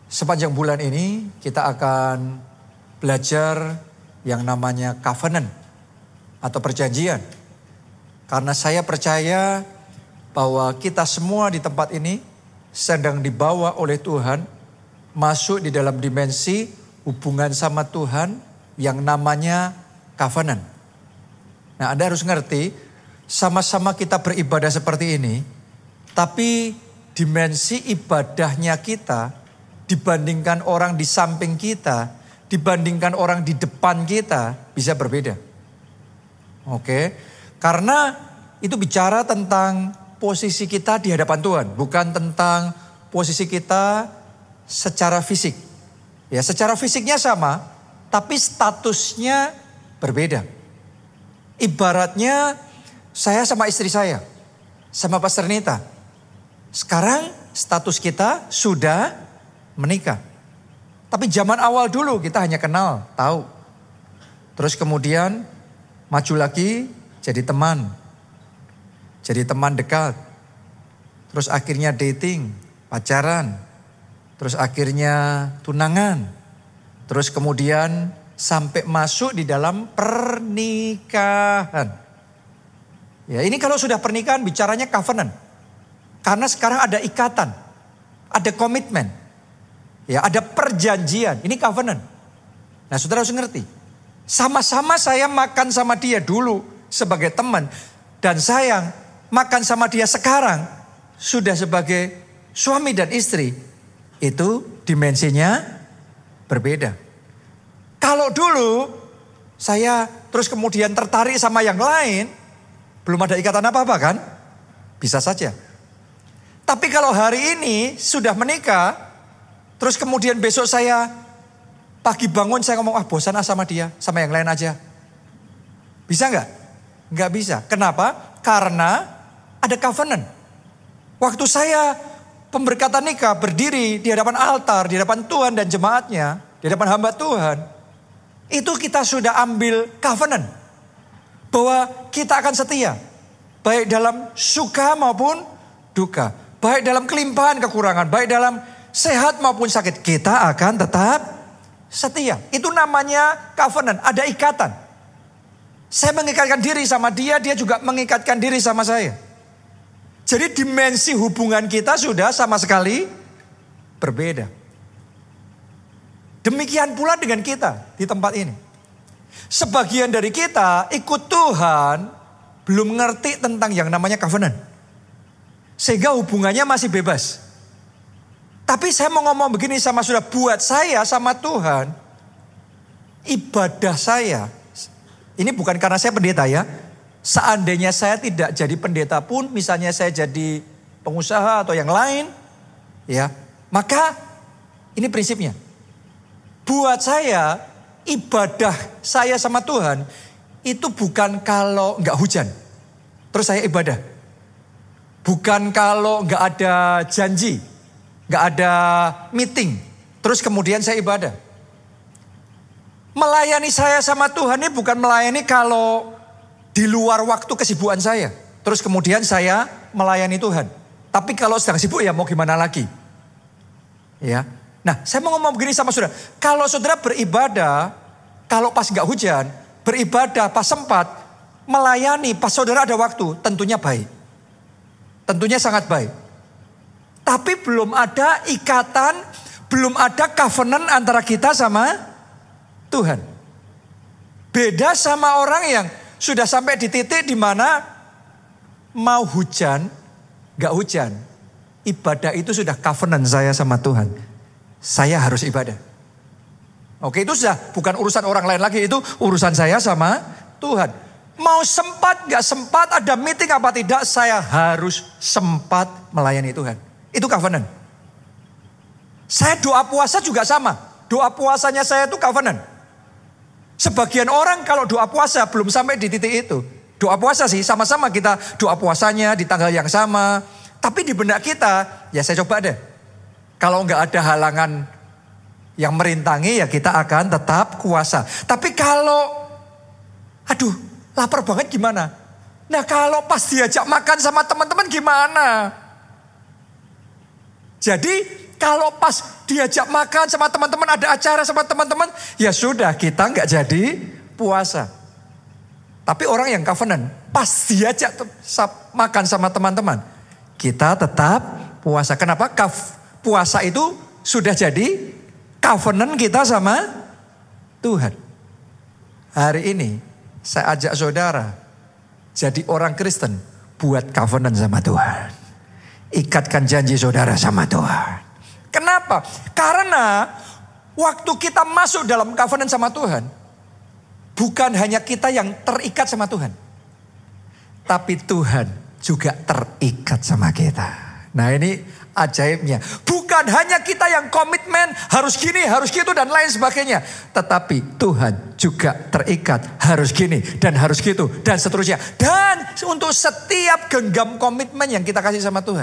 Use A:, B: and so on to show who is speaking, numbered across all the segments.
A: Sepanjang bulan ini kita akan belajar yang namanya covenant atau perjanjian. Karena saya percaya bahwa kita semua di tempat ini sedang dibawa oleh Tuhan masuk di dalam dimensi hubungan sama Tuhan yang namanya covenant. Nah, Anda harus ngerti, sama-sama kita beribadah seperti ini, tapi dimensi ibadahnya kita dibandingkan orang di samping kita, dibandingkan orang di depan kita bisa berbeda. Oke, karena itu bicara tentang posisi kita di hadapan Tuhan, bukan tentang posisi kita secara fisik. Ya, secara fisiknya sama, tapi statusnya berbeda. Ibaratnya saya sama istri saya, sama Pastor Nita. Sekarang status kita sudah menikah. Tapi zaman awal dulu kita hanya kenal, tahu. Terus kemudian maju lagi jadi teman. Jadi teman dekat. Terus akhirnya dating, pacaran. Terus akhirnya tunangan. Terus kemudian sampai masuk di dalam pernikahan. Ya, ini kalau sudah pernikahan bicaranya covenant. Karena sekarang ada ikatan, ada komitmen. Ya, ada perjanjian, ini covenant. Nah, saudara harus ngerti. Sama-sama saya makan sama dia dulu sebagai teman. Dan sayang, makan sama dia sekarang sudah sebagai suami dan istri. Itu dimensinya berbeda. Kalau dulu saya terus kemudian tertarik sama yang lain, belum ada ikatan apa-apa kan? Bisa saja. Tapi kalau hari ini sudah menikah, terus kemudian besok saya pagi bangun saya ngomong, bosan sama dia, sama yang lain aja. Bisa nggak? Nggak bisa. Kenapa? Karena ada covenant. Waktu saya pemberkatan nikah berdiri di hadapan altar, di hadapan Tuhan dan jemaatnya, di hadapan hamba Tuhan, itu kita sudah ambil covenant. Bahwa kita akan setia. Baik dalam suka maupun duka. Baik dalam kelimpahan kekurangan, baik dalam sehat maupun sakit, kita akan tetap setia. Itu namanya covenant, ada ikatan. Saya mengikatkan diri sama dia, dia juga mengikatkan diri sama saya. Jadi dimensi hubungan kita sudah sama sekali berbeda. Demikian pula dengan kita di tempat ini. Sebagian dari kita ikut Tuhan belum ngerti tentang yang namanya covenant. Sehingga hubungannya masih bebas. Tapi saya mau ngomong begini sama saudara, buat saya sama Tuhan, ibadah saya, ini bukan karena saya pendeta ya. Seandainya saya tidak jadi pendeta pun, misalnya saya jadi pengusaha atau yang lain, ya, maka ini prinsipnya. Buat saya, ibadah saya sama Tuhan, itu bukan kalau nggak hujan, terus saya ibadah. Bukan kalau nggak ada janji, nggak ada meeting, terus kemudian saya ibadah. Melayani saya sama Tuhan ini bukan melayani kalau di luar waktu kesibukan saya, terus kemudian saya melayani Tuhan. Tapi kalau sedang sibuk ya mau gimana lagi? Ya. Nah, saya mau ngomong begini sama saudara. Kalau saudara beribadah, kalau pas nggak hujan, beribadah pas sempat, melayani pas saudara ada waktu, tentunya baik. Tentunya sangat baik. Tapi belum ada ikatan, belum ada covenant antara kita sama Tuhan. Beda sama orang yang sudah sampai di titik di mana mau hujan, gak hujan. Ibadah itu sudah covenant saya sama Tuhan. Saya harus ibadah. Oke, itu sudah bukan urusan orang lain lagi, itu urusan saya sama Tuhan. Mau sempat gak sempat, ada meeting apa tidak, saya harus sempat melayani Tuhan. Itu covenant. Saya doa puasa juga sama. Doa puasanya saya itu covenant. Sebagian orang kalau doa puasa belum sampai di titik itu. Doa puasa sih sama-sama kita doa puasanya di tanggal yang sama. Tapi di benak kita, ya saya coba deh. Kalau nggak ada halangan yang merintangi, ya kita akan tetap puasa. Tapi kalau, lapar banget gimana? Nah kalau pas diajak makan sama teman-teman gimana? Jadi Kalau pas diajak makan sama teman-teman, ada acara sama teman-teman, ya sudah kita nggak jadi puasa. Tapi orang yang covenant, pas diajak makan sama teman-teman, kita tetap puasa. Kenapa? Puasa itu sudah jadi covenant kita sama Tuhan. Hari ini saya ajak saudara jadi orang Kristen, buat covenant sama Tuhan. Ikatkan janji saudara sama Tuhan. Kenapa? Karena waktu kita masuk dalam covenant sama Tuhan, bukan hanya kita yang terikat sama Tuhan, tapi Tuhan juga terikat sama kita. Nah ini ajaibnya. Bukan hanya kita yang komitmen harus gini, harus gitu dan lain sebagainya. Tetapi Tuhan juga terikat harus gini dan harus gitu dan seterusnya. Dan untuk setiap genggam komitmen yang kita kasih sama Tuhan,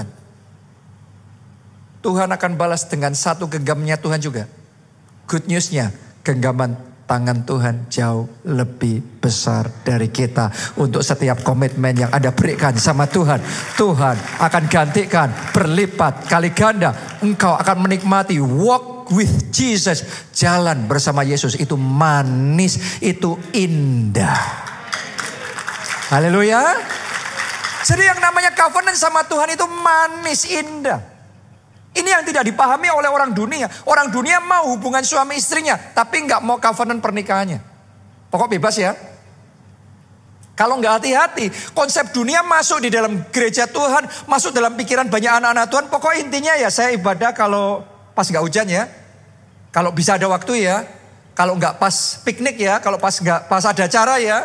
A: Tuhan akan balas dengan satu genggamnya Tuhan juga. Good newsnya, genggaman tangan Tuhan jauh lebih besar dari kita. Untuk setiap komitmen yang Anda berikan sama Tuhan, Tuhan akan gantikan berlipat kali ganda. Engkau akan menikmati walk with Jesus. Jalan bersama Yesus itu manis, itu indah. Haleluya. Jadi yang namanya covenant sama Tuhan itu manis, indah. Ini yang tidak dipahami oleh orang dunia. Orang dunia mau hubungan suami istrinya, tapi nggak mau covenant pernikahannya. Pokok bebas ya. Kalau nggak hati-hati, konsep dunia masuk di dalam gereja Tuhan, masuk dalam pikiran banyak anak-anak Tuhan. Pokok intinya ya saya ibadah kalau pas nggak hujan ya, kalau bisa ada waktu ya, kalau nggak pas piknik ya, kalau nggak pas ada acara ya.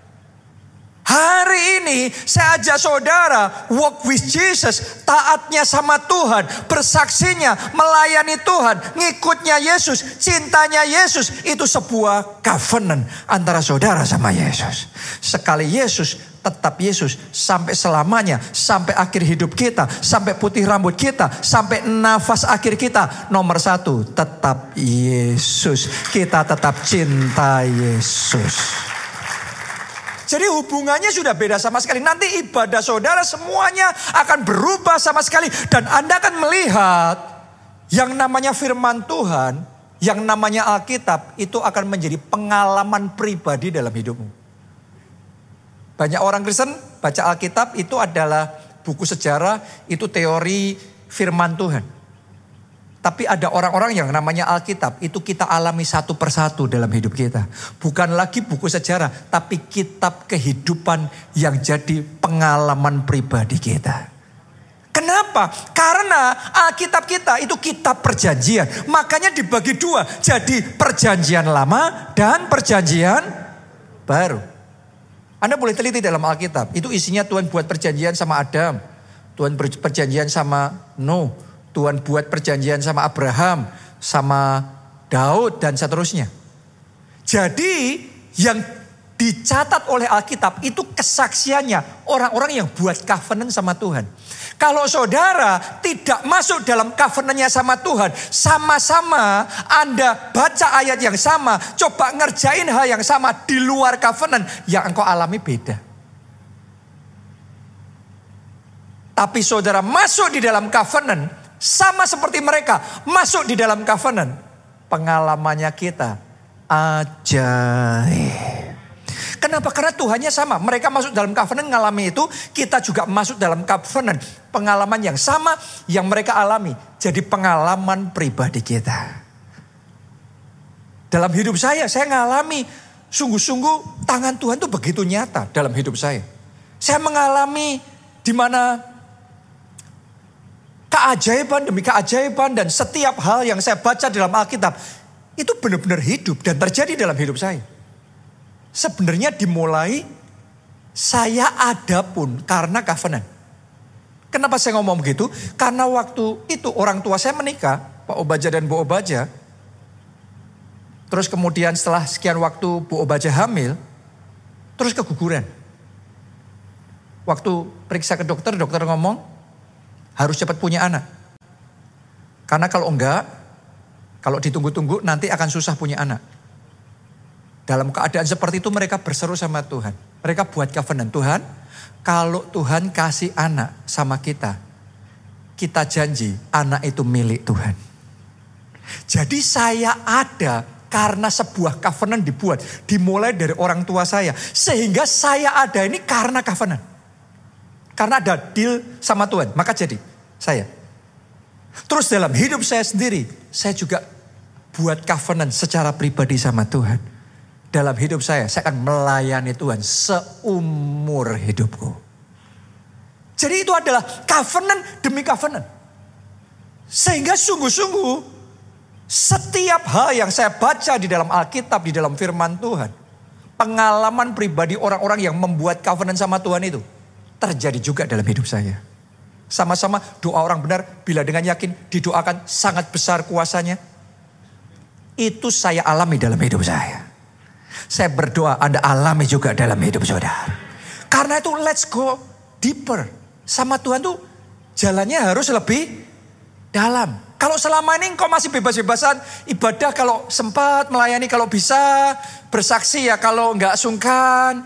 A: Hari ini saya ajak saudara walk with Jesus, taatnya sama Tuhan, bersaksinya, melayani Tuhan, ngikutnya Yesus, cintanya Yesus. Itu sebuah covenant antara saudara sama Yesus. Sekali Yesus, tetap Yesus sampai selamanya, sampai akhir hidup kita, sampai putih rambut kita, sampai nafas akhir kita. Nomor satu, tetap Yesus. Kita tetap cinta Yesus. Jadi hubungannya sudah beda sama sekali. Nanti ibadah saudara semuanya akan berubah sama sekali. Dan Anda akan melihat yang namanya firman Tuhan, yang namanya Alkitab, itu akan menjadi pengalaman pribadi dalam hidupmu. Banyak orang Kristen baca Alkitab itu adalah buku sejarah, itu teori firman Tuhan. Tapi ada orang-orang yang namanya Alkitab, itu kita alami satu persatu dalam hidup kita. Bukan lagi buku sejarah, tapi kitab kehidupan yang jadi pengalaman pribadi kita. Kenapa? Karena Alkitab kita itu kitab perjanjian. Makanya dibagi dua, jadi perjanjian lama dan perjanjian baru. Anda boleh teliti dalam Alkitab, itu isinya Tuhan buat perjanjian sama Adam, Tuhan perjanjian sama Nuh, Tuhan buat perjanjian sama Abraham, sama Daud dan seterusnya. Jadi yang dicatat oleh Alkitab itu kesaksiannya orang-orang yang buat covenant sama Tuhan. Kalau saudara tidak masuk dalam covenantnya sama Tuhan, sama-sama Anda baca ayat yang sama, coba ngerjain hal yang sama di luar covenant, yang engkau alami beda. Tapi saudara masuk di dalam covenant, sama seperti mereka masuk di dalam covenant, pengalamannya kita ajaib. Kenapa? Karena Tuhannya sama. Mereka masuk dalam covenant ngalami itu, kita juga masuk dalam covenant. Pengalaman yang sama yang mereka alami, jadi pengalaman pribadi kita. Dalam hidup saya ngalami sungguh-sungguh tangan Tuhan itu begitu nyata dalam hidup saya. Saya mengalami di mana keajaiban demi keajaiban, dan setiap hal yang saya baca dalam Alkitab itu benar-benar hidup dan terjadi dalam hidup saya. Sebenarnya dimulai saya ada pun karena covenant. Kenapa saya ngomong begitu? Karena waktu itu orang tua saya menikah, Pak Obaja dan Bu Obaja. Terus kemudian setelah sekian waktu Bu Obaja hamil, terus keguguran. Waktu periksa ke dokter, dokter ngomong, harus cepat punya anak. Karena kalau enggak, kalau ditunggu-tunggu nanti akan susah punya anak. Dalam keadaan seperti itu mereka berseru sama Tuhan. Mereka buat covenant, Tuhan, kalau Tuhan kasih anak sama kita, kita janji anak itu milik Tuhan. Jadi saya ada karena sebuah covenant dibuat. Dimulai dari orang tua saya. Sehingga saya ada ini karena covenant. Karena ada deal sama Tuhan. Maka jadi saya. Terus dalam hidup saya sendiri, saya juga buat covenant secara pribadi sama Tuhan. Dalam hidup saya akan melayani Tuhan seumur hidupku. Jadi itu adalah covenant demi covenant. Sehingga sungguh-sungguh setiap hal yang saya baca di dalam Alkitab, di dalam firman Tuhan. Pengalaman pribadi orang-orang yang membuat covenant sama Tuhan itu terjadi juga dalam hidup saya. Sama-sama doa orang benar bila dengan yakin didoakan sangat besar kuasanya. Itu saya alami dalam hidup saya. Saya berdoa Anda alami juga dalam hidup saudara. Karena itu let's go deeper. Sama Tuhan tuh jalannya harus lebih dalam. Kalau selama ini engkau masih bebas-bebasan ibadah kalau sempat melayani kalau bisa. Bersaksi ya kalau enggak sungkan.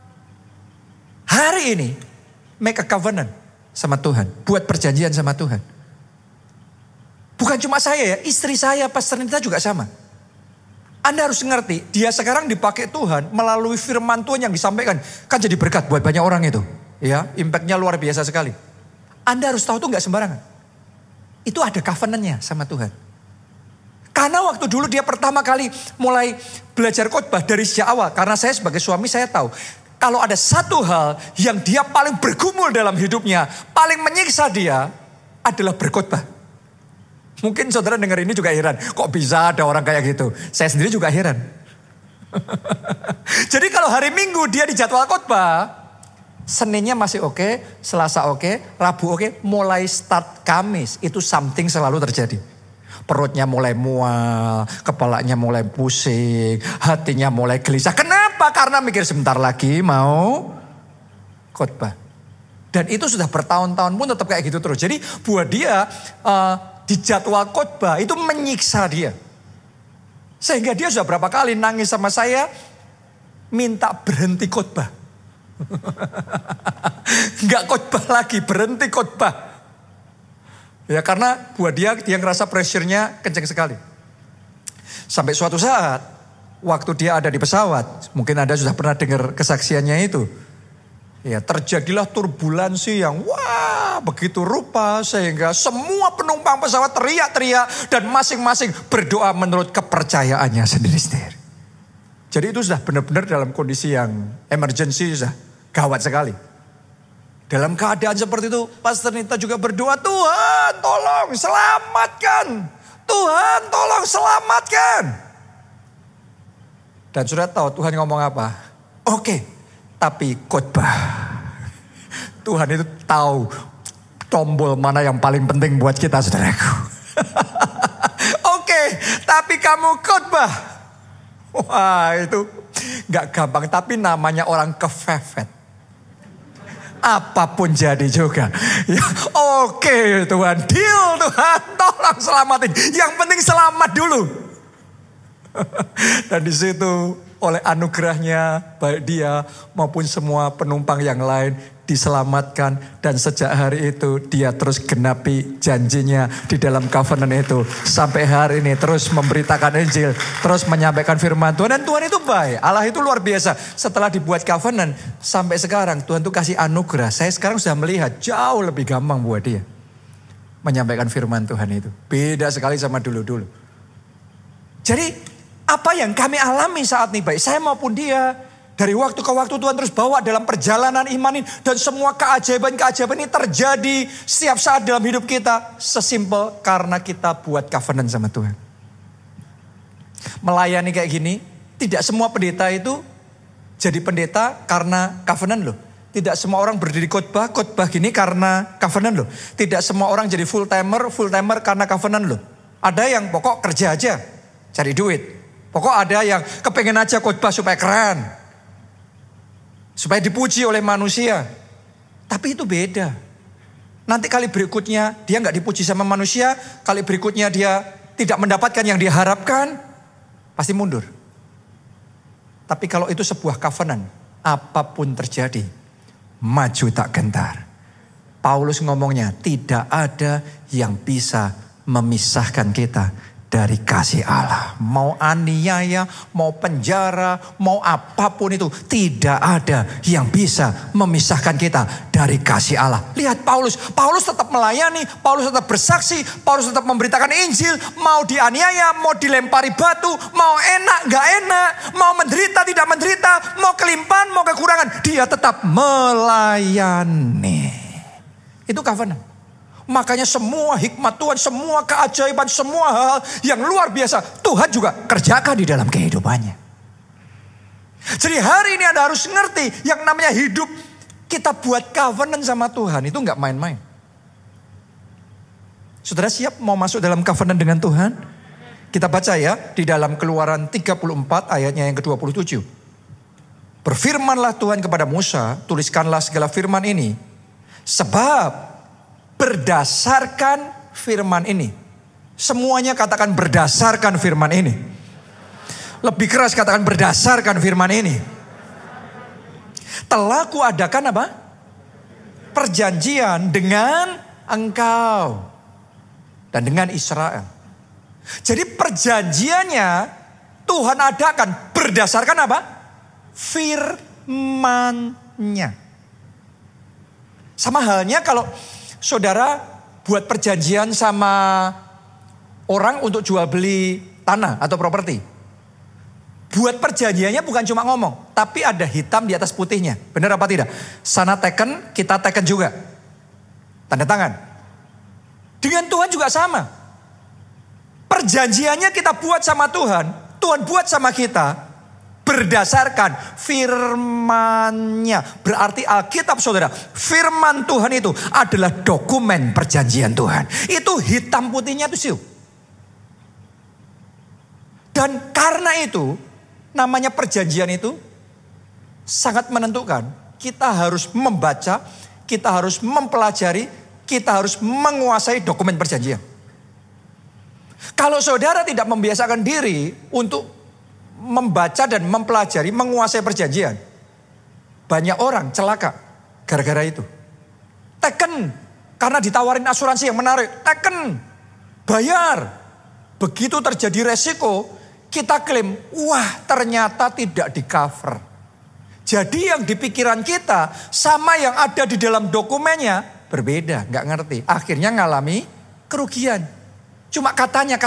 A: Hari ini make a covenant sama Tuhan. Buat perjanjian sama Tuhan. Bukan cuma saya ya, istri saya, Pastor Nita juga sama. Anda harus ngerti, dia sekarang dipakai Tuhan melalui firman Tuhan yang disampaikan. Kan jadi berkat buat banyak orang itu. Ya, impactnya luar biasa sekali. Anda harus tahu itu gak sembarangan. Itu ada covenantnya sama Tuhan. Karena waktu dulu dia pertama kali mulai belajar khotbah dari sejak awal. Karena saya sebagai suami saya tahu. Kalau ada satu hal yang dia paling bergumul dalam hidupnya. Paling menyiksa dia adalah berkhotbah. Mungkin saudara dengar ini juga heran. Kok bisa ada orang kayak gitu? Saya sendiri juga heran. Jadi kalau hari Minggu dia di jadwal khotbah. Seninnya masih oke, Selasa oke, Rabu oke. Mulai start Kamis itu something selalu terjadi. Perutnya mulai mual, kepalanya mulai pusing, hatinya mulai gelisah. Kenapa? Karena mikir sebentar lagi mau khotbah. Dan itu sudah bertahun-tahun pun tetap kayak gitu terus. Jadi buat dia di jadwal khotbah itu menyiksa dia. Sehingga dia sudah berapa kali nangis sama saya, minta berhenti khotbah. Enggak khotbah lagi, berhenti khotbah. Ya karena buat dia ngerasa pressure-nya kenceng sekali. Sampai suatu saat, waktu dia ada di pesawat, mungkin Anda sudah pernah dengar kesaksiannya itu. Ya terjadilah turbulensi yang wah begitu rupa sehingga semua penumpang pesawat teriak-teriak dan masing-masing berdoa menurut kepercayaannya sendiri-sendiri. Jadi itu sudah benar-benar dalam kondisi yang emergency, sudah gawat sekali. Dalam keadaan seperti itu Pastor Nita juga berdoa, Tuhan tolong selamatkan. Tuhan tolong selamatkan. Dan sudah tahu Tuhan ngomong apa? Oke, tapi khotbah. Tuhan itu tahu tombol mana yang paling penting buat kita saudaraku. Oke, tapi kamu khotbah. Wah itu gak gampang, tapi namanya orang kefefet. Apapun jadi juga. Ya, oke Tuhan, deal Tuhan, tolong selamatin. Yang penting selamat dulu. Dan di situ oleh anugerahnya baik dia maupun semua penumpang yang lain diselamatkan. Dan sejak hari itu dia terus genapi janjinya di dalam covenant itu. Sampai hari ini terus memberitakan Injil, terus menyampaikan firman Tuhan. Dan Tuhan itu baik, Allah itu luar biasa. Setelah dibuat covenant sampai sekarang Tuhan itu kasih anugerah. Saya sekarang sudah melihat jauh lebih gampang buat dia menyampaikan firman Tuhan itu. Beda sekali sama dulu-dulu. Jadi apa yang kami alami saat ini baik saya maupun dia, dari waktu ke waktu Tuhan terus bawa dalam perjalanan iman ini. Dan semua keajaiban-keajaiban ini terjadi setiap saat dalam hidup kita. Sesimpel karena kita buat covenant sama Tuhan. Melayani kayak gini, tidak semua pendeta itu jadi pendeta karena covenant loh. Tidak semua orang berdiri khotbah gini karena covenant loh. Tidak semua orang jadi full timer karena covenant loh. Ada yang pokok kerja aja, cari duit. Pokok ada yang kepengen aja khotbah supaya keren. Supaya dipuji oleh manusia. Tapi itu beda. Nanti kali berikutnya dia gak dipuji sama manusia. Kali berikutnya dia tidak mendapatkan yang diharapkan. Pasti mundur. Tapi kalau itu sebuah covenant. Apapun terjadi. Maju tak gentar. Paulus ngomongnya, tidak ada yang bisa memisahkan kita dari kasih Allah. Mau aniaya, mau penjara, mau apapun itu, tidak ada yang bisa memisahkan kita dari kasih Allah. Lihat Paulus, Paulus tetap melayani, Paulus tetap bersaksi, Paulus tetap memberitakan Injil. Mau dianiaya, mau dilempari batu, mau enak gak enak, mau menderita tidak menderita, mau kelimpahan, mau kekurangan, dia tetap melayani. Itu covenant. Makanya semua hikmat Tuhan, semua keajaiban, semua hal yang luar biasa, Tuhan juga kerjakan di dalam kehidupannya. Jadi hari ini Anda harus ngerti yang namanya hidup kita buat covenant sama Tuhan itu nggak main-main. Saudara siap mau masuk dalam covenant dengan Tuhan? Kita baca ya di dalam Keluaran 34 ayatnya yang ke-27. Berfirmanlah Tuhan kepada Musa, tuliskanlah segala firman ini. Sebab berdasarkan firman ini. Semuanya katakan berdasarkan firman ini. Lebih keras katakan berdasarkan firman ini. Telah kuadakan apa? Perjanjian dengan engkau. Dan dengan Israel. Jadi perjanjiannya Tuhan adakan berdasarkan apa? Firman-Nya. Sama halnya kalau saudara buat perjanjian sama orang untuk jual beli tanah atau properti. Buat perjanjiannya bukan cuma ngomong, tapi ada hitam di atas putihnya. Benar apa tidak? Sana teken, kita teken juga. Tanda tangan. Dengan Tuhan juga sama. Perjanjiannya kita buat sama Tuhan, Tuhan buat sama kita. Berdasarkan firman-Nya. Berarti Alkitab saudara, firman Tuhan itu adalah dokumen perjanjian Tuhan. Itu hitam putihnya itu siu. Dan karena itu, namanya perjanjian itu sangat menentukan. Kita harus membaca, kita harus mempelajari, kita harus menguasai dokumen perjanjian. Kalau saudara tidak membiasakan diri untuk membaca dan mempelajari, menguasai perjanjian, banyak orang celaka gara-gara itu. Teken, karena ditawarin asuransi yang menarik, teken, bayar. Begitu terjadi resiko, kita klaim, wah ternyata tidak di cover. Jadi yang di pikiran kita sama yang ada di dalam dokumennya berbeda, nggak ngerti. Akhirnya ngalami kerugian. Cuma katanya.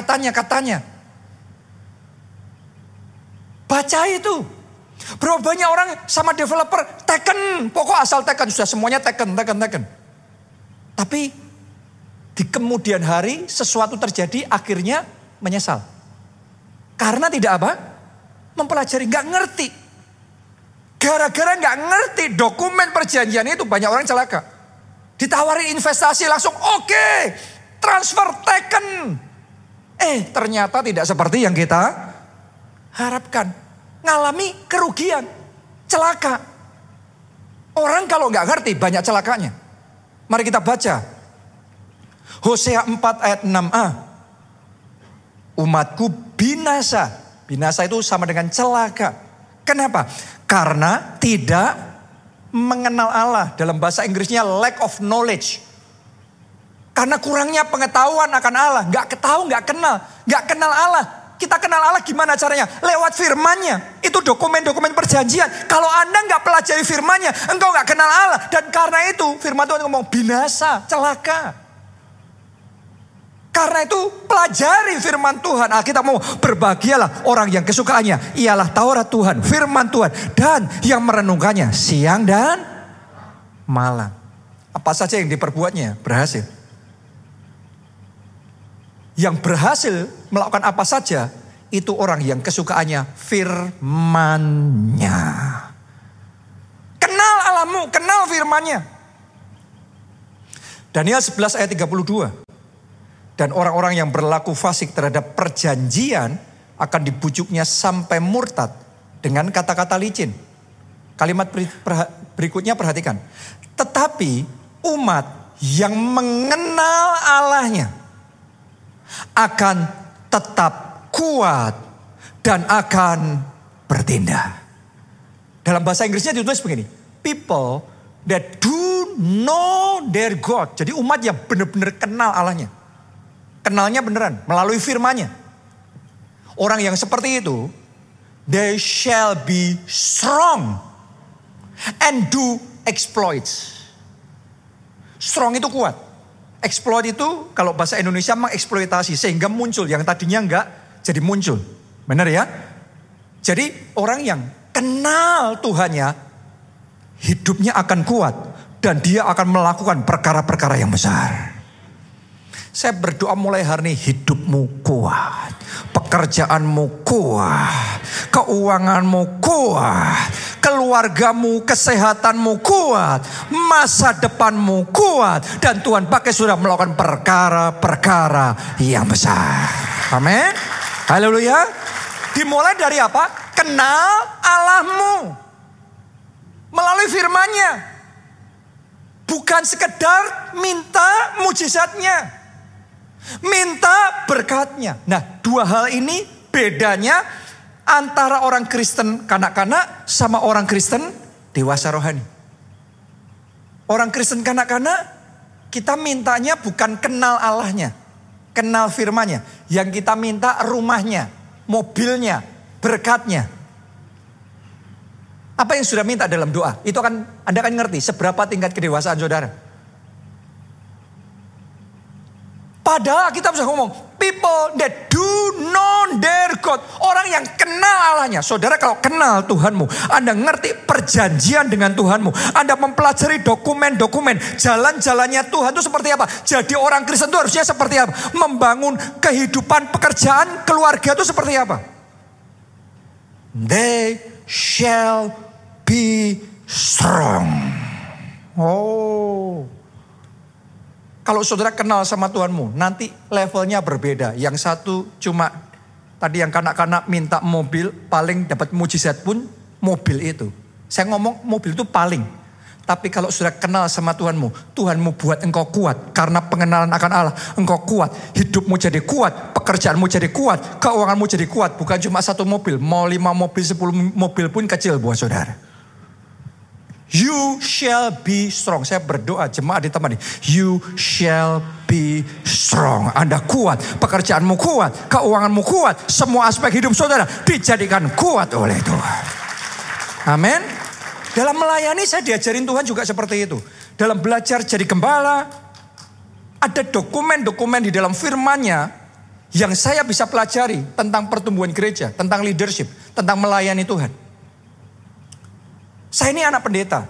A: Baca itu. Berapa banyak orang sama developer teken. Pokok asal teken. Sudah semuanya teken. Tapi di kemudian hari sesuatu terjadi akhirnya menyesal. Karena tidak apa? Mempelajari. Gak ngerti. Gara-gara gak ngerti dokumen perjanjian itu banyak orang celaka. Ditawarin investasi langsung oke. Transfer teken. Ternyata tidak seperti yang kita harapkan. Ngalami kerugian, celaka. Orang kalau nggak ngerti banyak celakanya. Mari kita baca Hosea 4 ayat 6a. Umatku binasa. Binasa itu sama dengan celaka. Kenapa? Karena tidak mengenal Allah. Dalam bahasa Inggrisnya lack of knowledge. Karena kurangnya pengetahuan akan Allah. Nggak kenal Allah. Kita kenal Allah gimana caranya? Lewat firman-Nya. Itu dokumen-dokumen perjanjian. Kalau Anda nggak pelajari firman-Nya, engkau nggak kenal Allah. Dan karena itu firman Tuhan ngomong binasa, celaka. Karena itu pelajari firman Tuhan. Kita mau berbahagialah orang yang kesukaannya ialah Taurat Tuhan, firman Tuhan. Dan yang merenungkannya siang dan malam. Apa saja yang diperbuatnya berhasil. Yang berhasil melakukan apa saja itu orang yang kesukaannya firman-Nya. Kenal Allahmu, kenal firman-Nya. Daniel 11 ayat 32. Dan orang-orang yang berlaku fasik terhadap perjanjian akan dibujuknya sampai murtad dengan kata-kata licin. Kalimat berikutnya perhatikan. Tetapi umat yang mengenal Allahnya akan tetap kuat dan akan bertindak. Dalam bahasa Inggrisnya ditulis begini. People that do know their God. Jadi umat yang benar-benar kenal Allahnya. Kenalnya beneran melalui firman-Nya. Orang yang seperti itu, they shall be strong and do exploits. Strong itu kuat. Exploit itu kalau bahasa Indonesia mengeksploitasi sehingga muncul yang tadinya enggak jadi muncul. Benar ya? Jadi orang yang kenal Tuhannya, hidupnya akan kuat dan dia akan melakukan perkara-perkara yang besar. Saya berdoa mulai hari ini hidupmu kuat, pekerjaanmu kuat, keuanganmu kuat, keluargamu, kesehatanmu kuat, masa depanmu kuat. Dan Tuhan pakai sudah melakukan perkara-perkara yang besar. Amin. Haleluya. Dimulai dari apa? Kenal Allahmu. Melalui firman-Nya. Bukan sekedar minta mujizatnya. Minta berkatnya. Nah, dua hal ini bedanya antara orang Kristen kanak-kanak sama orang Kristen dewasa rohani. Orang Kristen kanak-kanak kita mintanya bukan kenal Allahnya, kenal firman-Nya. Yang kita minta rumahnya, mobilnya, berkatnya. Apa yang sudah minta dalam doa? Itu akan Anda akan ngerti seberapa tingkat kedewasaan saudara. Padahal kita bisa ngomong, people that do know their God. Orang yang kenal Allahnya. Saudara kalau kenal Tuhanmu, Anda ngerti perjanjian dengan Tuhanmu. Anda mempelajari dokumen-dokumen. Jalan-jalannya Tuhan itu seperti apa. Jadi orang Kristen itu harusnya seperti apa. Membangun kehidupan, pekerjaan, keluarga itu seperti apa. They shall be strong. Oh. Kalau saudara kenal sama Tuhanmu, nanti levelnya berbeda. Yang satu cuma tadi yang kanak-kanak minta mobil, paling dapat mujizat pun mobil itu. Saya ngomong mobil itu paling. Tapi kalau sudah kenal sama Tuhanmu, Tuhanmu buat engkau kuat. Karena pengenalan akan Allah, engkau kuat. Hidupmu jadi kuat, pekerjaanmu jadi kuat, keuanganmu jadi kuat. Bukan cuma satu mobil, mau 5 mobil, 10 mobil pun kecil buat saudara. You shall be strong. Saya berdoa jemaat ditemani. You shall be strong. Anda kuat, pekerjaanmu kuat, keuanganmu kuat. Semua aspek hidup saudara dijadikan kuat oleh Tuhan. Amin. Dalam melayani saya diajarin Tuhan juga seperti itu. Dalam belajar jadi gembala, ada dokumen-dokumen di dalam firman-Nya yang saya bisa pelajari tentang pertumbuhan gereja, tentang leadership, tentang melayani Tuhan. Saya ini anak pendeta.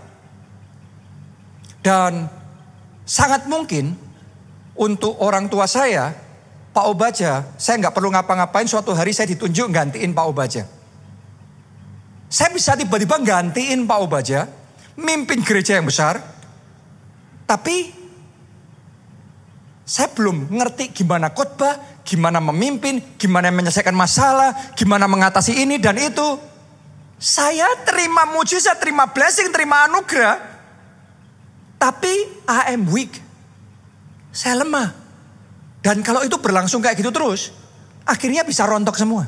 A: Dan sangat mungkin untuk orang tua saya, Pak Obaja, saya nggak perlu ngapa-ngapain, suatu hari saya ditunjuk gantiin Pak Obaja. Saya bisa tiba-tiba gantiin Pak Obaja, mimpin gereja yang besar. Tapi saya belum ngerti gimana khotbah, gimana memimpin, gimana menyelesaikan masalah, gimana mengatasi ini dan itu. Saya terima mujizat, terima blessing, terima anugerah. Tapi I am weak. Saya lemah. Dan kalau itu berlangsung kayak gitu terus, akhirnya bisa rontok semua.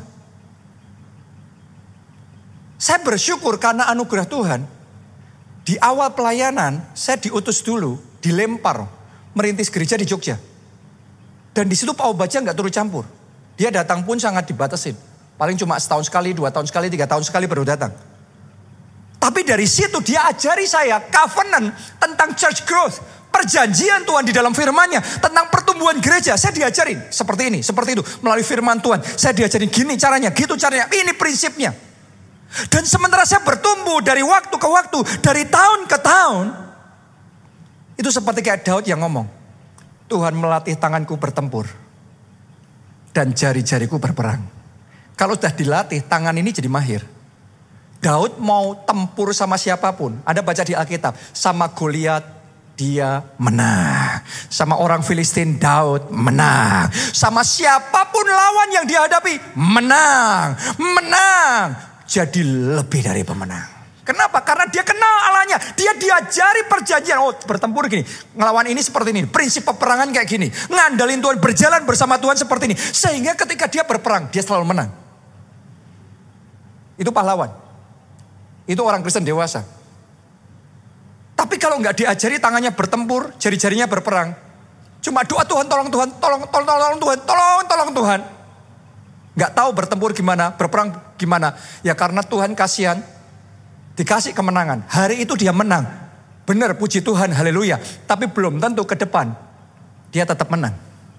A: Saya bersyukur karena anugerah Tuhan. Di awal pelayanan, saya diutus dulu, dilempar, merintis gereja di Jogja. Dan di situ Pak Obaja nggak turut campur. Dia datang pun sangat dibatasin. Paling cuma setahun sekali, 2 tahun sekali, 3 tahun sekali baru datang. Tapi dari situ dia ajari saya covenant tentang church growth. Perjanjian Tuhan di dalam firman-Nya. Tentang pertumbuhan gereja. Saya diajarin seperti ini, seperti itu. Melalui firman Tuhan. Saya diajarin gini caranya, gitu caranya. Ini prinsipnya. Dan sementara saya bertumbuh dari waktu ke waktu. Dari tahun ke tahun. Itu seperti kayak Daud yang ngomong. Tuhan melatih tanganku bertempur. Dan jari-jariku berperang. Kalau sudah dilatih, tangan ini jadi mahir. Daud mau tempur sama siapapun. Anda baca di Alkitab. Sama Goliat, dia menang. Sama orang Filistin, Daud menang. Sama siapapun lawan yang dihadapi, menang. Menang. Jadi lebih dari pemenang. Kenapa? Karena dia kenal Allahnya. Dia diajari perjanjian. Oh, bertempur gini. Ngelawan ini seperti ini. Prinsip peperangan kayak gini. Ngandalin Tuhan, berjalan bersama Tuhan seperti ini. Sehingga ketika dia berperang, dia selalu menang. Itu pahlawan. Itu orang Kristen dewasa. Tapi kalau nggak diajari tangannya bertempur, jari-jarinya berperang. Cuma doa Tuhan, tolong Tuhan, tolong Tuhan, tolong Tuhan. Nggak tahu bertempur gimana, berperang gimana. Ya karena Tuhan kasihan, dikasih kemenangan. Hari itu dia menang. Benar, puji Tuhan, haleluya. Tapi belum tentu ke depan dia tetap menang.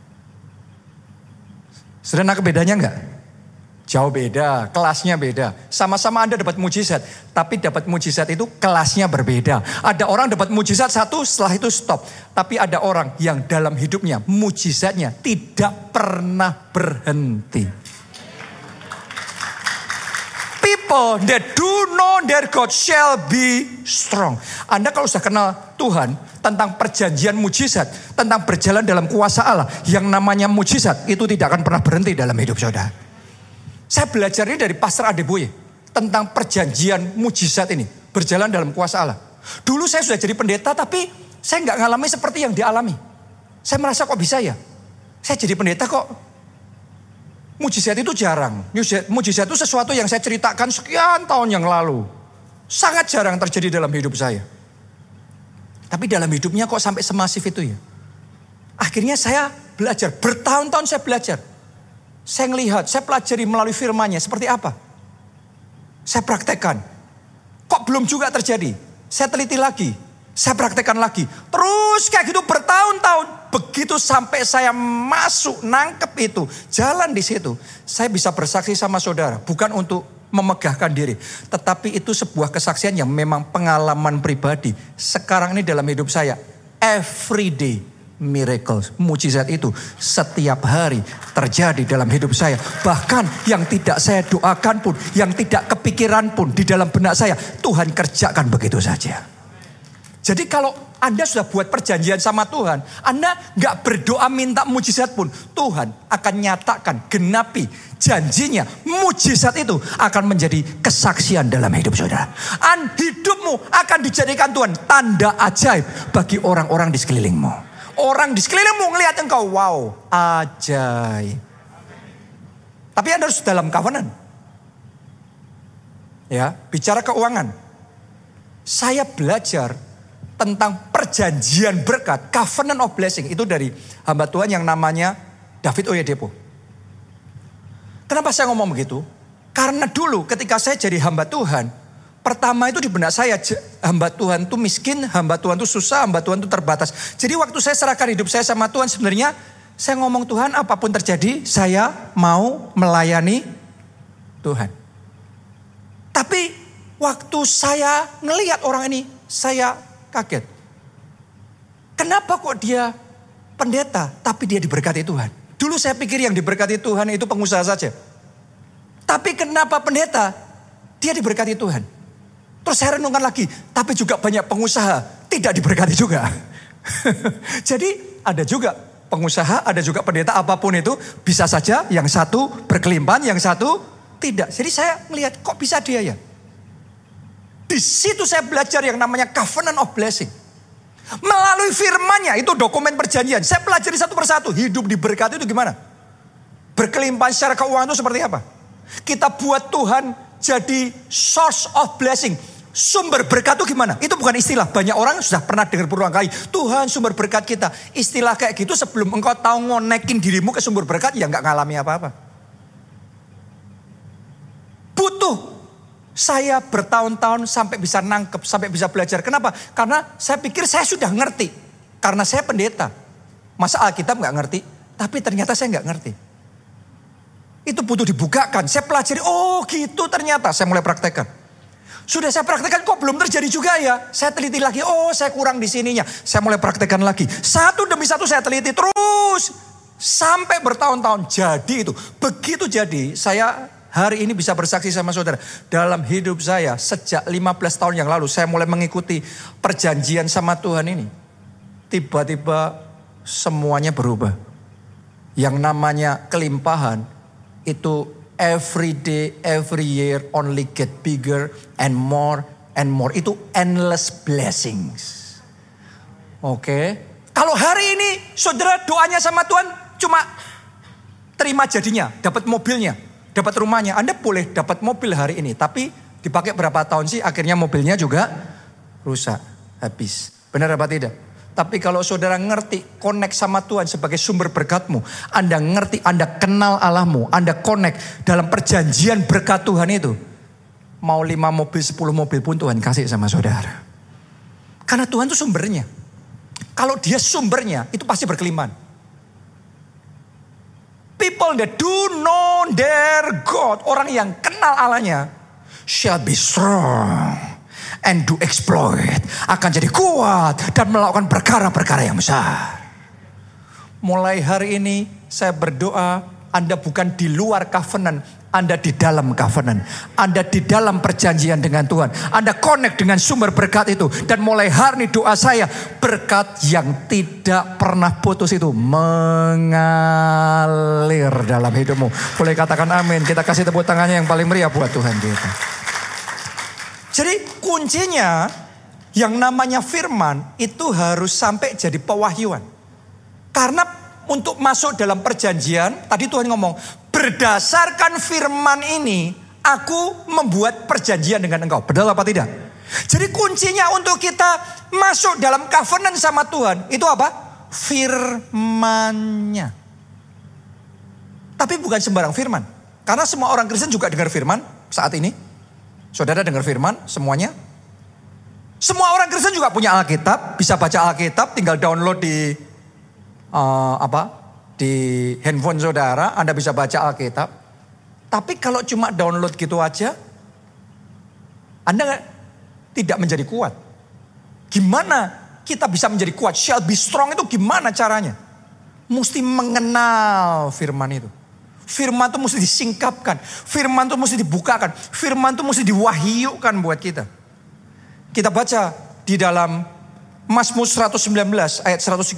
A: Sudah nangkep bedanya enggak? Jauh beda, kelasnya beda. Sama-sama Anda dapat mujizat, tapi dapat mujizat itu kelasnya berbeda. Ada orang dapat mujizat satu, setelah itu stop. Tapi ada orang yang dalam hidupnya mujizatnya tidak pernah berhenti. People that do know their God shall be strong. Anda kalau sudah kenal Tuhan, tentang perjanjian mujizat, tentang berjalan dalam kuasa Allah, yang namanya mujizat itu tidak akan pernah berhenti dalam hidup saudara. Saya belajar ini dari Pastor Adeboye tentang perjanjian mujizat ini, berjalan dalam kuasa Allah. Dulu saya sudah jadi pendeta, tapi saya nggak ngalami seperti yang dialami. Saya merasa kok bisa ya? Saya jadi pendeta kok mujizat itu jarang. Mujizat itu sesuatu yang saya ceritakan sekian tahun yang lalu. Sangat jarang terjadi dalam hidup saya. Tapi dalam hidupnya kok sampai semasif itu ya. Akhirnya saya belajar, bertahun-tahun saya belajar. Saya ngelihat, saya pelajari melalui firman-Nya seperti apa. Saya praktekkan. Kok belum juga terjadi? Saya teliti lagi, saya praktekkan lagi. Terus kayak gitu bertahun-tahun. Begitu sampai saya masuk, nangkep itu, jalan di situ. Saya bisa bersaksi sama saudara, bukan untuk memegahkan diri. Tetapi itu sebuah kesaksian yang memang pengalaman pribadi. Sekarang ini dalam hidup saya, everyday miracles, mujizat itu setiap hari terjadi dalam hidup saya. Bahkan yang tidak saya doakan pun, yang tidak kepikiran pun di dalam benak saya, Tuhan kerjakan begitu saja. Jadi kalau Anda sudah buat perjanjian sama Tuhan, Anda gak berdoa minta mujizat pun, Tuhan akan nyatakan, genapi janjinya. Mujizat itu akan menjadi kesaksian dalam hidup saudara. Hidupmu akan dijadikan Tuhan tanda ajaib bagi orang-orang di sekelilingmu. Orang di sekelilingmu ngelihat engkau, wow, ajaib. Tapi Anda harus dalam covenant. Ya, bicara keuangan. Saya belajar tentang perjanjian berkat, covenant of blessing. Itu dari hamba Tuhan yang namanya David Oyedepo. Kenapa saya ngomong begitu? Karena dulu ketika saya jadi hamba Tuhan, pertama itu di benak saya, hamba Tuhan itu miskin, hamba Tuhan itu susah, hamba Tuhan itu terbatas. Jadi waktu saya serahkan hidup saya sama Tuhan, sebenarnya saya ngomong, Tuhan apapun terjadi, saya mau melayani Tuhan. Tapi waktu saya ngelihat orang ini, saya kaget. Kenapa kok dia pendeta tapi dia diberkati Tuhan? Dulu saya pikir yang diberkati Tuhan itu pengusaha saja. Tapi kenapa pendeta dia diberkati Tuhan? Terus saya renungkan lagi, tapi juga banyak pengusaha tidak diberkati juga. Jadi ada juga pengusaha, ada juga pendeta, apapun itu bisa saja yang satu berkelimpahan, yang satu tidak. Jadi saya melihat kok bisa dia ya? Di situ saya belajar yang namanya covenant of blessing. Melalui firman-Nya, itu dokumen perjanjian. Saya pelajari satu persatu. Hidup diberkati itu gimana? Berkelimpahan secara keuangan itu seperti apa? Kita buat Tuhan jadi source of blessing. Sumber berkat itu gimana? Itu bukan istilah. Banyak orang sudah pernah dengar berulang kali. Tuhan sumber berkat kita. Istilah kayak gitu sebelum engkau tahu ngonekin dirimu ke sumber berkat, ya gak ngalami apa-apa. Butuh saya bertahun-tahun sampai bisa nangkep, sampai bisa belajar. Kenapa? Karena saya pikir saya sudah ngerti. Karena saya pendeta. Masa Alkitab gak ngerti? Tapi ternyata saya gak ngerti. Itu butuh dibukakan. Saya pelajari, oh gitu ternyata. Saya mulai praktekkan. Sudah saya praktekkan kok belum terjadi juga ya. Saya teliti lagi, oh saya kurang di sininya. Saya mulai praktekkan lagi. Satu demi satu saya teliti terus. Sampai bertahun-tahun jadi itu. Begitu jadi saya hari ini bisa bersaksi sama saudara. Dalam hidup saya sejak 15 tahun yang lalu saya mulai mengikuti perjanjian sama Tuhan ini. Tiba-tiba semuanya berubah. Yang namanya kelimpahan itu every day, every year only get bigger and more and more. Itu endless blessings. Oke. Kalau hari ini saudara doanya sama Tuhan cuma terima jadinya, dapat mobilnya, dapat rumahnya. Anda boleh dapat mobil hari ini, tapi dipakai berapa tahun sih akhirnya mobilnya juga rusak. habis. Benar apa tidak? Tapi kalau saudara ngerti, connect sama Tuhan sebagai sumber berkatmu. Anda ngerti, Anda kenal Allahmu. Anda connect dalam perjanjian berkat Tuhan itu. Mau 5 mobil, 10 mobil pun Tuhan kasih sama saudara. Karena Tuhan itu sumbernya. Kalau dia sumbernya, itu pasti berkelimpahan. People that do know their God. Orang yang kenal Allahnya. Shall be strong. And do exploit. Akan jadi kuat. Dan melakukan perkara-perkara yang besar. Mulai hari ini saya berdoa. Anda bukan di luar covenant. Anda di dalam covenant. Anda di dalam perjanjian dengan Tuhan. Anda connect dengan sumber berkat itu. Dan mulai hari ini doa saya. Berkat yang tidak pernah putus itu mengalir dalam hidupmu. Boleh katakan amin. Kita kasih tepuk tangannya yang paling meriah buat Tuhan kita. Jadi kuncinya yang namanya firman itu harus sampai jadi pewahyuan. Karena untuk masuk dalam perjanjian, tadi Tuhan ngomong, berdasarkan firman ini, aku membuat perjanjian dengan engkau. Betul apa tidak? Jadi kuncinya untuk kita masuk dalam covenant sama Tuhan, itu apa? Firman-Nya. Tapi bukan sembarang firman. Karena semua orang Kristen juga dengar firman saat ini. Saudara dengar firman semuanya. Semua orang Kristen juga punya Alkitab, bisa baca Alkitab, tinggal download di di handphone saudara, Anda bisa baca Alkitab. Tapi kalau cuma download gitu aja, Anda tidak menjadi kuat. Gimana kita bisa menjadi kuat? Shall be strong itu gimana caranya? Mesti mengenal firman itu. Firman itu mesti disingkapkan. Firman itu mesti dibukakan. Firman itu mesti diwahyukan buat kita. Kita baca di dalam Mazmur 119 ayat 130.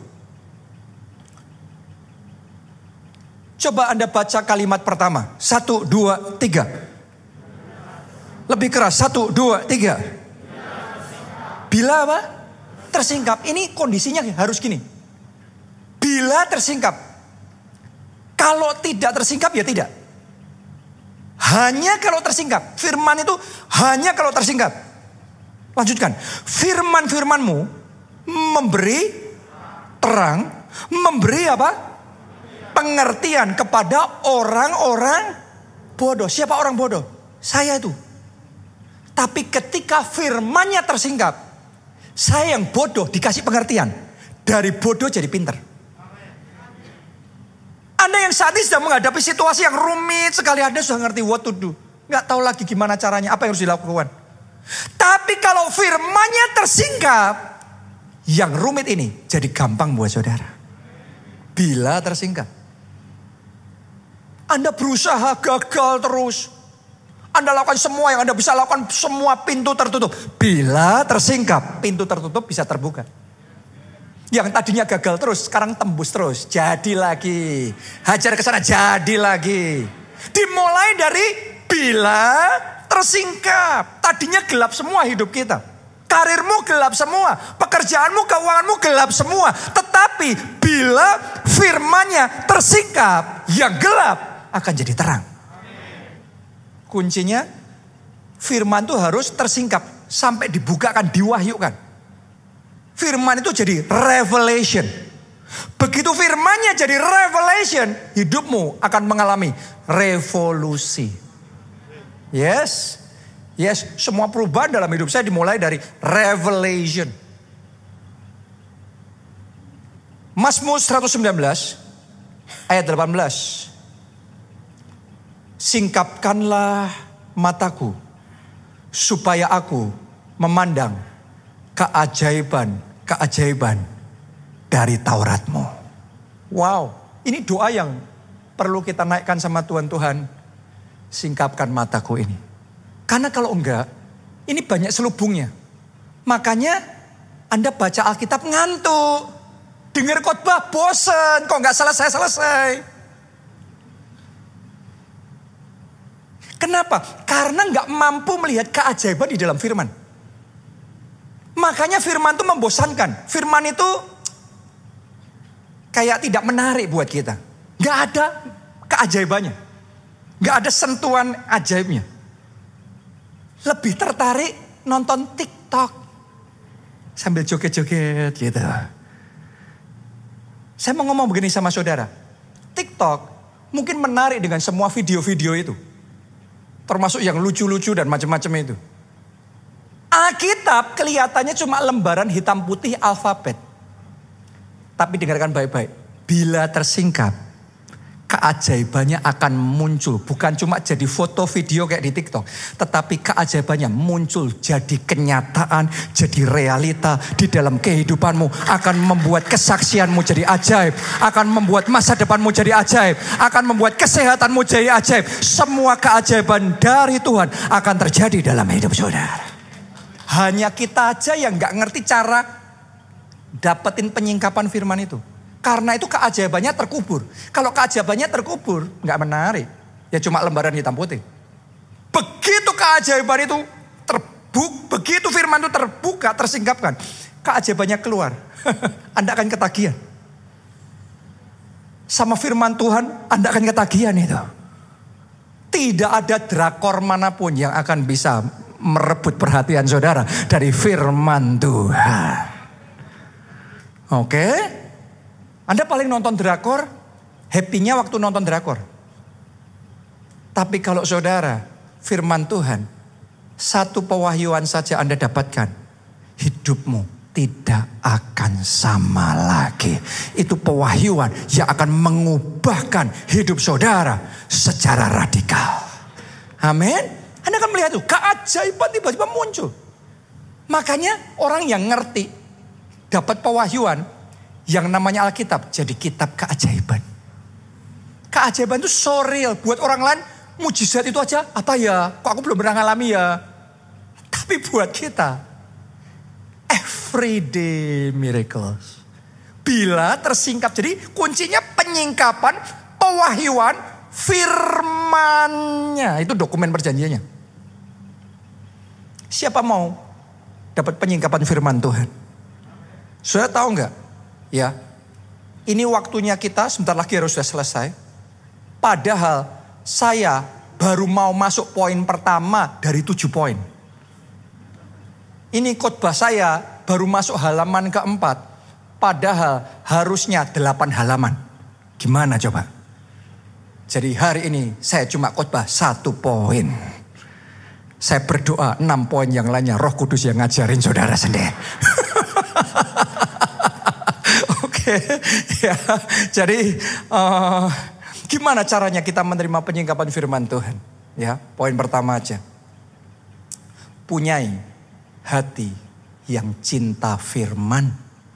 A: Coba Anda baca kalimat pertama. 1, 2, 3. Lebih keras. 1, 2, 3. Bila apa? Tersingkap. Ini kondisinya harus gini. Bila tersingkap. Kalau tidak tersingkap ya tidak. Hanya kalau tersingkap. Firman itu hanya kalau tersingkap. Lanjutkan. Firman-firmanmu memberi terang. Memberi apa? Pengertian kepada orang-orang bodoh. Siapa orang bodoh? Saya itu. Tapi ketika firmannya tersingkap. Saya yang bodoh dikasih pengertian. Dari bodoh jadi pinter. Anda yang saat ini sedang menghadapi situasi yang rumit sekali. Anda sudah ngerti what to do. Nggak tahu lagi gimana caranya. Apa yang harus dilakukan. Tapi kalau firmannya tersingkap. Yang rumit ini jadi gampang buat saudara. Bila tersingkap. Anda berusaha gagal terus. Anda lakukan semua yang Anda bisa lakukan. Semua pintu tertutup. Bila tersingkap. Pintu tertutup bisa terbuka. Yang tadinya gagal terus, sekarang tembus terus. Jadi lagi. Hajar ke sana, jadi lagi. Dimulai dari bila tersingkap. Tadinya gelap semua hidup kita. Karirmu gelap semua. Pekerjaanmu, keuanganmu gelap semua. Tetapi bila firmannya tersingkap, yang gelap akan jadi terang. Kuncinya, firman itu harus tersingkap. Sampai dibukakan, diwahyukan. Firman itu jadi revelation. Begitu firmannya jadi revelation, hidupmu akan mengalami revolusi. Yes. Yes, semua perubahan dalam hidup saya dimulai dari revelation. Mazmur 119 ayat 18. Singkapkanlah mataku supaya aku memandang keajaiban dari Tauratmu. Wow, ini doa yang perlu kita naikkan sama Tuhan. Singkapkan mataku ini. Karena kalau enggak, ini banyak selubungnya. Makanya Anda baca Alkitab ngantuk. Dengar khotbah bosen, kok enggak selesai-selesai. Kenapa? Karena enggak mampu melihat keajaiban di dalam firman. Makanya firman itu membosankan. Firman itu kayak tidak menarik buat kita. Gak ada keajaibannya. Gak ada sentuhan ajaibnya. Lebih tertarik nonton TikTok. Sambil joget-joget gitu. Saya mau ngomong begini sama saudara. TikTok mungkin menarik dengan semua video-video itu. Termasuk yang lucu-lucu dan macam-macam itu. Alkitab kelihatannya cuma lembaran hitam putih alfabet. Tapi dengarkan baik-baik. Bila tersingkap, keajaibannya akan muncul. Bukan cuma jadi foto video kayak di TikTok. Tetapi keajaibannya muncul jadi kenyataan, jadi realita di dalam kehidupanmu. Akan membuat kesaksianmu jadi ajaib. Akan membuat masa depanmu jadi ajaib. Akan membuat kesehatanmu jadi ajaib. Semua keajaiban dari Tuhan akan terjadi dalam hidup saudara. Hanya kita aja yang gak ngerti cara dapetin penyingkapan firman itu. Karena itu keajaibannya terkubur. Kalau keajaibannya terkubur, nggak menarik. Ya cuma lembaran hitam putih. Begitu keajaiban itu begitu firman itu terbuka, tersingkapkan, keajaibannya keluar. Anda akan ketagihan. Sama firman Tuhan, Anda akan ketagihan itu. Tidak ada drakor manapun yang akan bisa merebut perhatian saudara dari firman Tuhan. Oke? Anda paling nonton drakor, happy-nya waktu nonton drakor. Tapi kalau saudara, firman Tuhan, satu pewahyuan saja Anda dapatkan, hidupmu tidak akan sama lagi. Itu pewahyuan yang akan mengubahkan hidup saudara secara radikal. Amin. Anda akan melihat itu, keajaiban tiba-tiba muncul. Makanya orang yang ngerti, dapat pewahyuan, yang namanya Alkitab jadi kitab keajaiban. Keajaiban itu so real. Buat orang lain mujizat itu aja apa ya? Kok aku belum pernah ngalami ya? Tapi buat kita everyday miracles. Bila tersingkap. Jadi kuncinya penyingkapan, pewahyuan, firmannya. Itu dokumen perjanjiannya. Siapa mau dapat penyingkapan firman Tuhan? Sudah tahu nggak? Ya, ini waktunya kita sebentar lagi harus sudah selesai. Padahal saya baru mau masuk poin pertama dari 7 poin. Ini khotbah saya baru masuk halaman keempat. Padahal harusnya 8 halaman. Gimana coba? Jadi hari ini saya cuma khotbah 1 poin. Saya berdoa 6 poin yang lainnya Roh Kudus yang ngajarin saudara sendiri. Ya, jadi gimana caranya kita menerima penyingkapan firman Tuhan? Ya, poin pertama aja. Punyai hati yang cinta firman.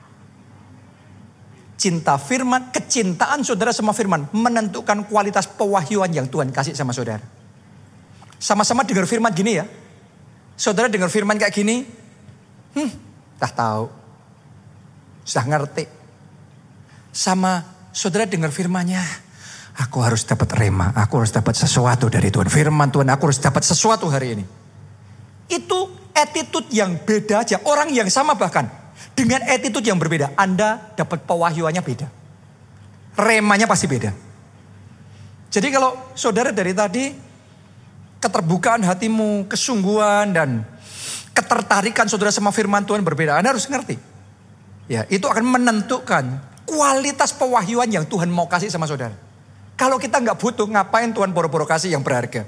A: Cinta firman, kecintaan saudara sama firman menentukan kualitas pewahyuan yang Tuhan kasih sama saudara. Sama-sama dengar firman gini ya. Saudara dengar firman kayak gini, dah tahu. Sudah ngerti. Sama saudara dengar firman-Nya, aku harus dapat rema, aku harus dapat sesuatu dari Tuhan. Firman Tuhan, aku harus dapat sesuatu hari ini. Itu attitude yang beda aja. Orang yang sama bahkan dengan attitude yang berbeda, Anda dapat pewahyuannya beda. Remanya pasti beda. Jadi kalau saudara dari tadi keterbukaan hatimu, kesungguhan dan ketertarikan saudara sama firman Tuhan berbeda, Anda harus ngerti. Ya, itu akan menentukan kualitas pewahyuan yang Tuhan mau kasih sama saudara. Kalau kita nggak butuh, ngapain Tuhan boro-boro kasih yang berharga?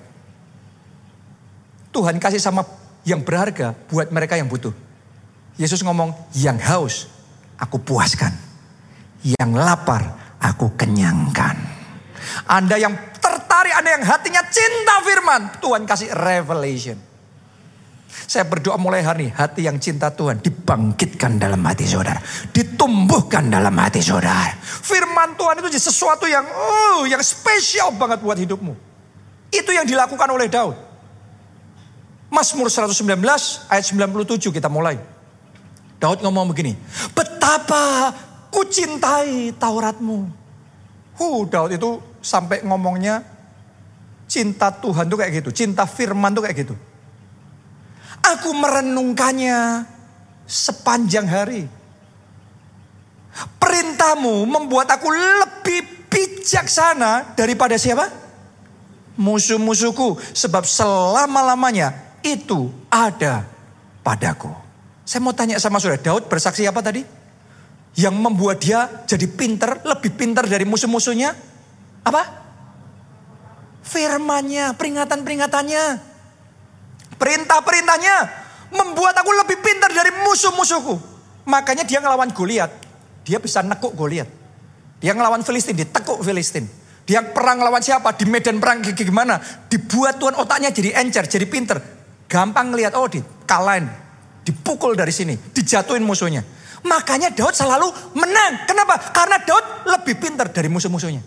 A: Tuhan kasih sama yang berharga buat mereka yang butuh. Yesus ngomong, yang haus aku puaskan. Yang lapar aku kenyangkan. Anda yang tertarik, Anda yang hatinya cinta firman, Tuhan kasih revelation. Saya berdoa mulai hari ini, hati yang cinta Tuhan dibangkitkan dalam hati saudara. Ditumbuhkan dalam hati saudara. Firman Tuhan itu jadi sesuatu yang spesial banget buat hidupmu. Itu yang dilakukan oleh Daud. Mazmur 119 ayat 97 kita mulai. Daud ngomong begini, betapa ku cintai Tauratmu. Daud itu sampai ngomongnya cinta Tuhan tuh kayak gitu. Cinta firman tuh kayak gitu. Aku merenungkannya sepanjang hari. Perintahmu membuat aku lebih bijaksana daripada siapa? Musuh-musuhku. Sebab selama-lamanya itu ada padaku. Saya mau tanya sama saudara, Daud bersaksi apa tadi? Yang membuat dia jadi pinter, lebih pinter dari musuh-musuhnya? Apa? Firman-Nya, peringatan-peringatannya. Perintah-perintahnya membuat aku lebih pintar dari musuh-musuhku. Makanya dia ngelawan Goliat. Dia bisa nekuk Goliat. Dia ngelawan Filistin, ditekuk Filistin. Dia perang lawan siapa? Di medan perang gimana? Dibuat Tuhan otaknya jadi encer, jadi pinter. Gampang ngelihat, oh dikalahin. Dipukul dari sini, dijatuhin musuhnya. Makanya Daud selalu menang. Kenapa? Karena Daud lebih pintar dari musuh-musuhnya.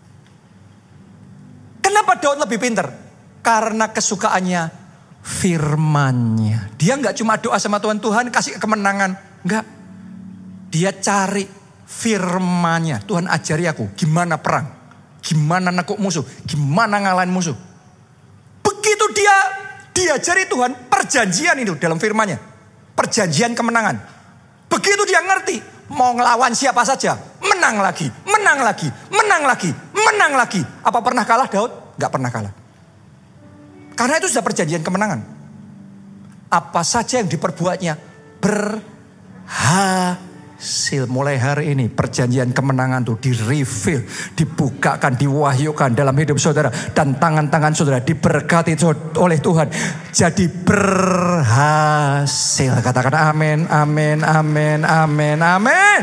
A: Kenapa Daud lebih pintar? Karena kesukaannya firman-Nya. Dia nggak cuma doa sama Tuhan, Tuhan kasih kemenangan. Enggak. Dia cari firman-Nya. Tuhan ajari aku gimana perang. Gimana nekuk musuh. Gimana ngalahin musuh. Begitu dia diajari Tuhan perjanjian itu dalam firman-Nya. Perjanjian kemenangan. Begitu dia ngerti. Mau ngelawan siapa saja. Menang lagi. Menang lagi. Menang lagi. Menang lagi. Apa pernah kalah Daud? Gak pernah kalah. Karena itu sudah perjanjian kemenangan. Apa saja yang diperbuatnya berhasil. Mulai hari ini perjanjian kemenangan itu di-reveal, dibukakan, diwahyukan dalam hidup saudara. Dan tangan-tangan saudara diberkati oleh Tuhan. Jadi berhasil. Katakan amin, amin, amin, amin, amin.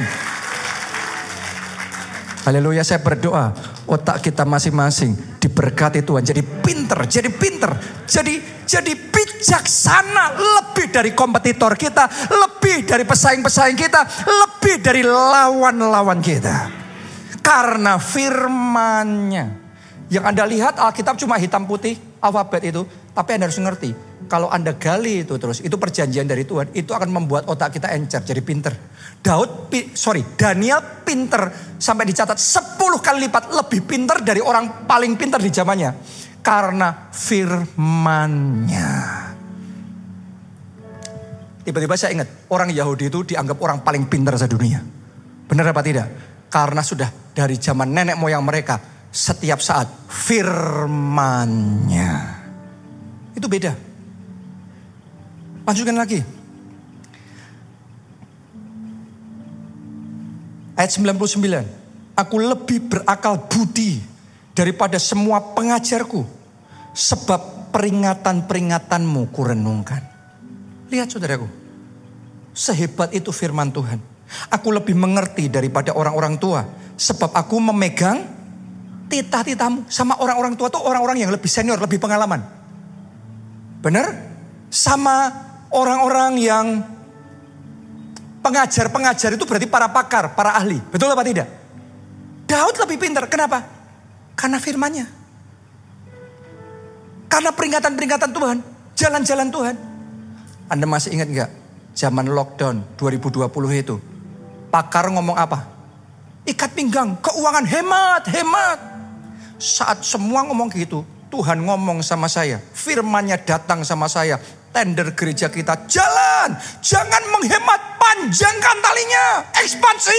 A: Haleluya, saya berdoa otak kita masing-masing diberkati Tuhan. Jadi pinter, jadi bijaksana. Lebih dari kompetitor kita, lebih dari pesaing-pesaing kita, lebih dari lawan-lawan kita. Karena firman-Nya. Yang Anda lihat Alkitab cuma hitam putih, alfabet itu. Tapi Anda harus ngerti, kalau Anda gali itu terus, itu perjanjian dari Tuhan. Itu akan membuat otak kita encer, jadi pinter. Daniel pinter. Sampai dicatat 10 kali lipat lebih pinter dari orang paling pinter di zamannya. Karena firman-Nya. Tiba-tiba saya ingat, orang Yahudi itu dianggap orang paling pintar sedunia. Benar apa tidak? Karena sudah dari zaman nenek moyang mereka, setiap saat firman-Nya. Itu beda. Lanjutkan lagi. Ayat 99. Aku lebih berakal budi daripada semua pengajarku. Sebab peringatan-peringatanmu kurenungkan. Lihat saudaraku. Sehebat itu firman Tuhan. Aku lebih mengerti daripada orang-orang tua. Sebab aku memegang titah-titahmu. Sama orang-orang tua itu orang-orang yang lebih senior, lebih pengalaman. Benar? Sama orang-orang yang pengajar-pengajar itu berarti para pakar, para ahli. Betul apa tidak? Daud lebih pintar. Kenapa? Karena firman-Nya. Karena peringatan-peringatan Tuhan. Jalan-jalan Tuhan. Anda masih ingat gak? Zaman lockdown 2020 itu. Pakar ngomong apa? Ikat pinggang, keuangan hemat. Saat semua ngomong gitu, Tuhan ngomong sama saya. Firman-Nya datang sama saya. Tender gereja kita jalan. Jangan menghemat, panjangkan talinya. Ekspansi.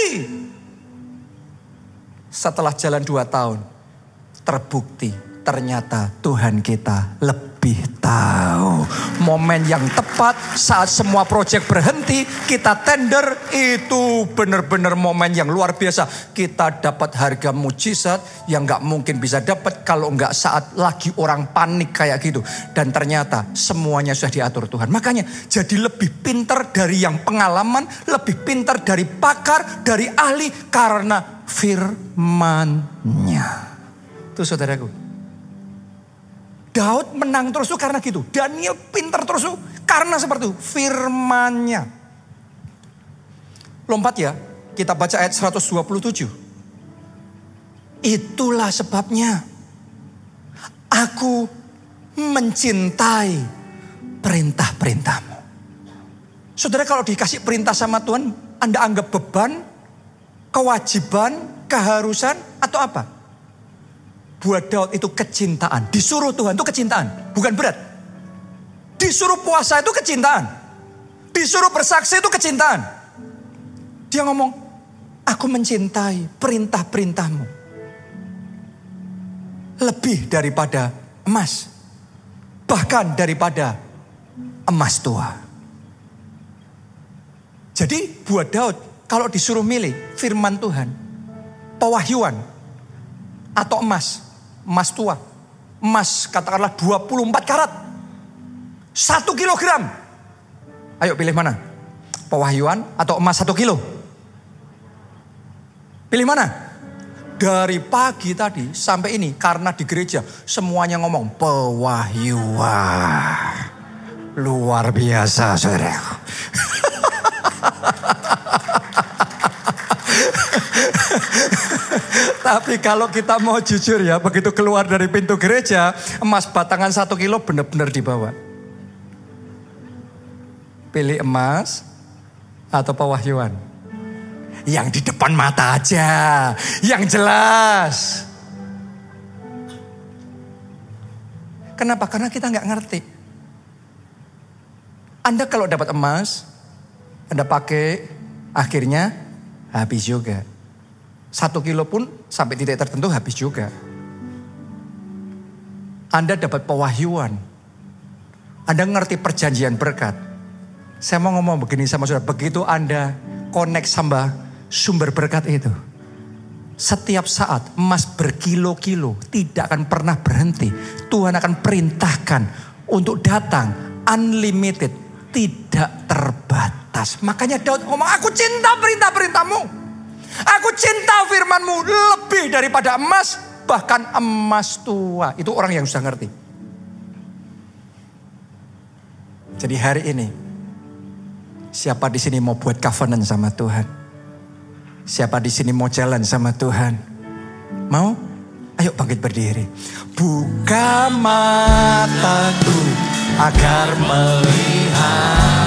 A: Setelah jalan 2 tahun. Terbukti ternyata Tuhan kita lebih tahu. Momen yang tepat saat semua proyek berhenti, kita tender, itu benar-benar momen yang luar biasa. Kita dapat harga mujizat yang gak mungkin bisa dapat kalau gak saat lagi orang panik kayak gitu. Dan ternyata semuanya sudah diatur Tuhan. Makanya jadi lebih pintar dari yang pengalaman, lebih pintar dari pakar, dari ahli, karena firman-Nya. Itu saudaraku. Daud menang terus tuh karena gitu. Daniel pintar terus tuh karena seperti itu. Firman-Nya. Lompat ya. Kita baca ayat 127. Itulah sebabnya aku mencintai perintah-perintah-Mu. Saudara, kalau dikasih perintah sama Tuhan, Anda anggap beban, kewajiban, keharusan, atau apa? Buat Daud itu kecintaan. Disuruh Tuhan itu kecintaan. Bukan berat. Disuruh puasa itu kecintaan. Disuruh bersaksi itu kecintaan. Dia ngomong, aku mencintai perintah-perintah-Mu. Lebih daripada emas. Bahkan daripada emas tua. Jadi buat Daud, kalau disuruh milih firman Tuhan, pewahyuan, atau emas tua, emas katakanlah 24 karat, 1 kilogram. Ayo pilih mana? Pewahyuan atau emas 1 kilo? Pilih mana? Dari pagi tadi sampai ini, karena di gereja semuanya ngomong pewahyuan. Luar biasa, saudara. Tapi kalau kita mau jujur ya, begitu keluar dari pintu gereja, emas batangan 1 kilo benar-benar dibawa. Pilih emas atau pewahyuan? Yang di depan mata aja, yang jelas. Kenapa? Karena kita nggak ngerti. Anda kalau dapat emas, Anda pakai, akhirnya habis juga. 1 kilo pun sampai titik tertentu habis juga. Anda dapat pewahyuan. Anda ngerti perjanjian berkat. Saya mau ngomong begini sama saudara. Begitu Anda connect sama sumber berkat itu, setiap saat emas berkilo-kilo tidak akan pernah berhenti. Tuhan akan perintahkan untuk datang unlimited, tidak terbatas. Makanya Daud ngomong, aku cinta perintah-perintahmu. Aku cinta firman-Mu lebih daripada emas, bahkan emas tua. Itu orang yang sudah ngerti. Jadi hari ini, siapa di sini mau buat covenant sama Tuhan? Siapa di sini mau jalan sama Tuhan? Mau? Ayo bangkit berdiri. Buka mataku agar melihat.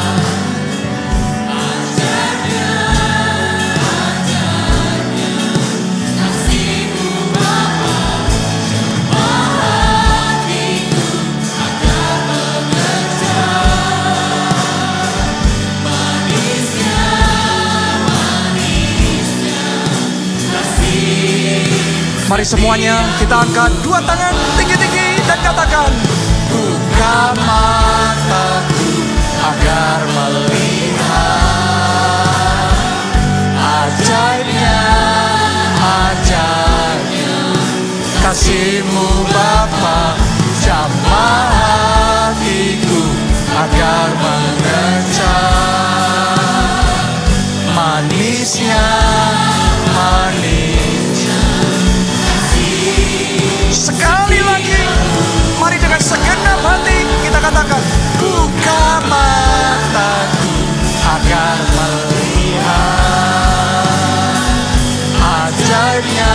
A: Mari semuanya kita angkat 2 tangan tinggi-tinggi dan katakan, buka mataku agar melihat ajaibnya, ajaibnya kasih-Mu Bapa, jamah hatiku agar mengejar manisnya, manisnya. Sekali lagi, mari dengan segenap hati kita katakan, buka mataku agar melihat ajaibnya,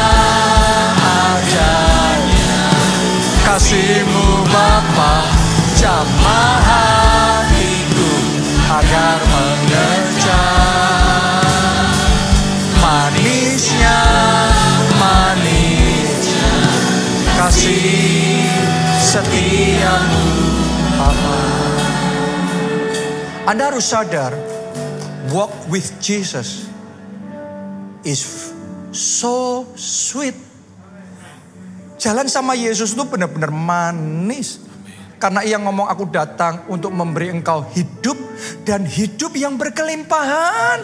A: ajaibnya kasih-Mu Bapa, jamah hatiku agar mengejar manisnya, manisnya kasih setia-Mu Bapa. Anda harus sadar, walk with Jesus is so sweet. Jalan sama Yesus itu benar-benar manis. Karena Ia ngomong, aku datang untuk memberi engkau hidup dan hidup yang berkelimpahan.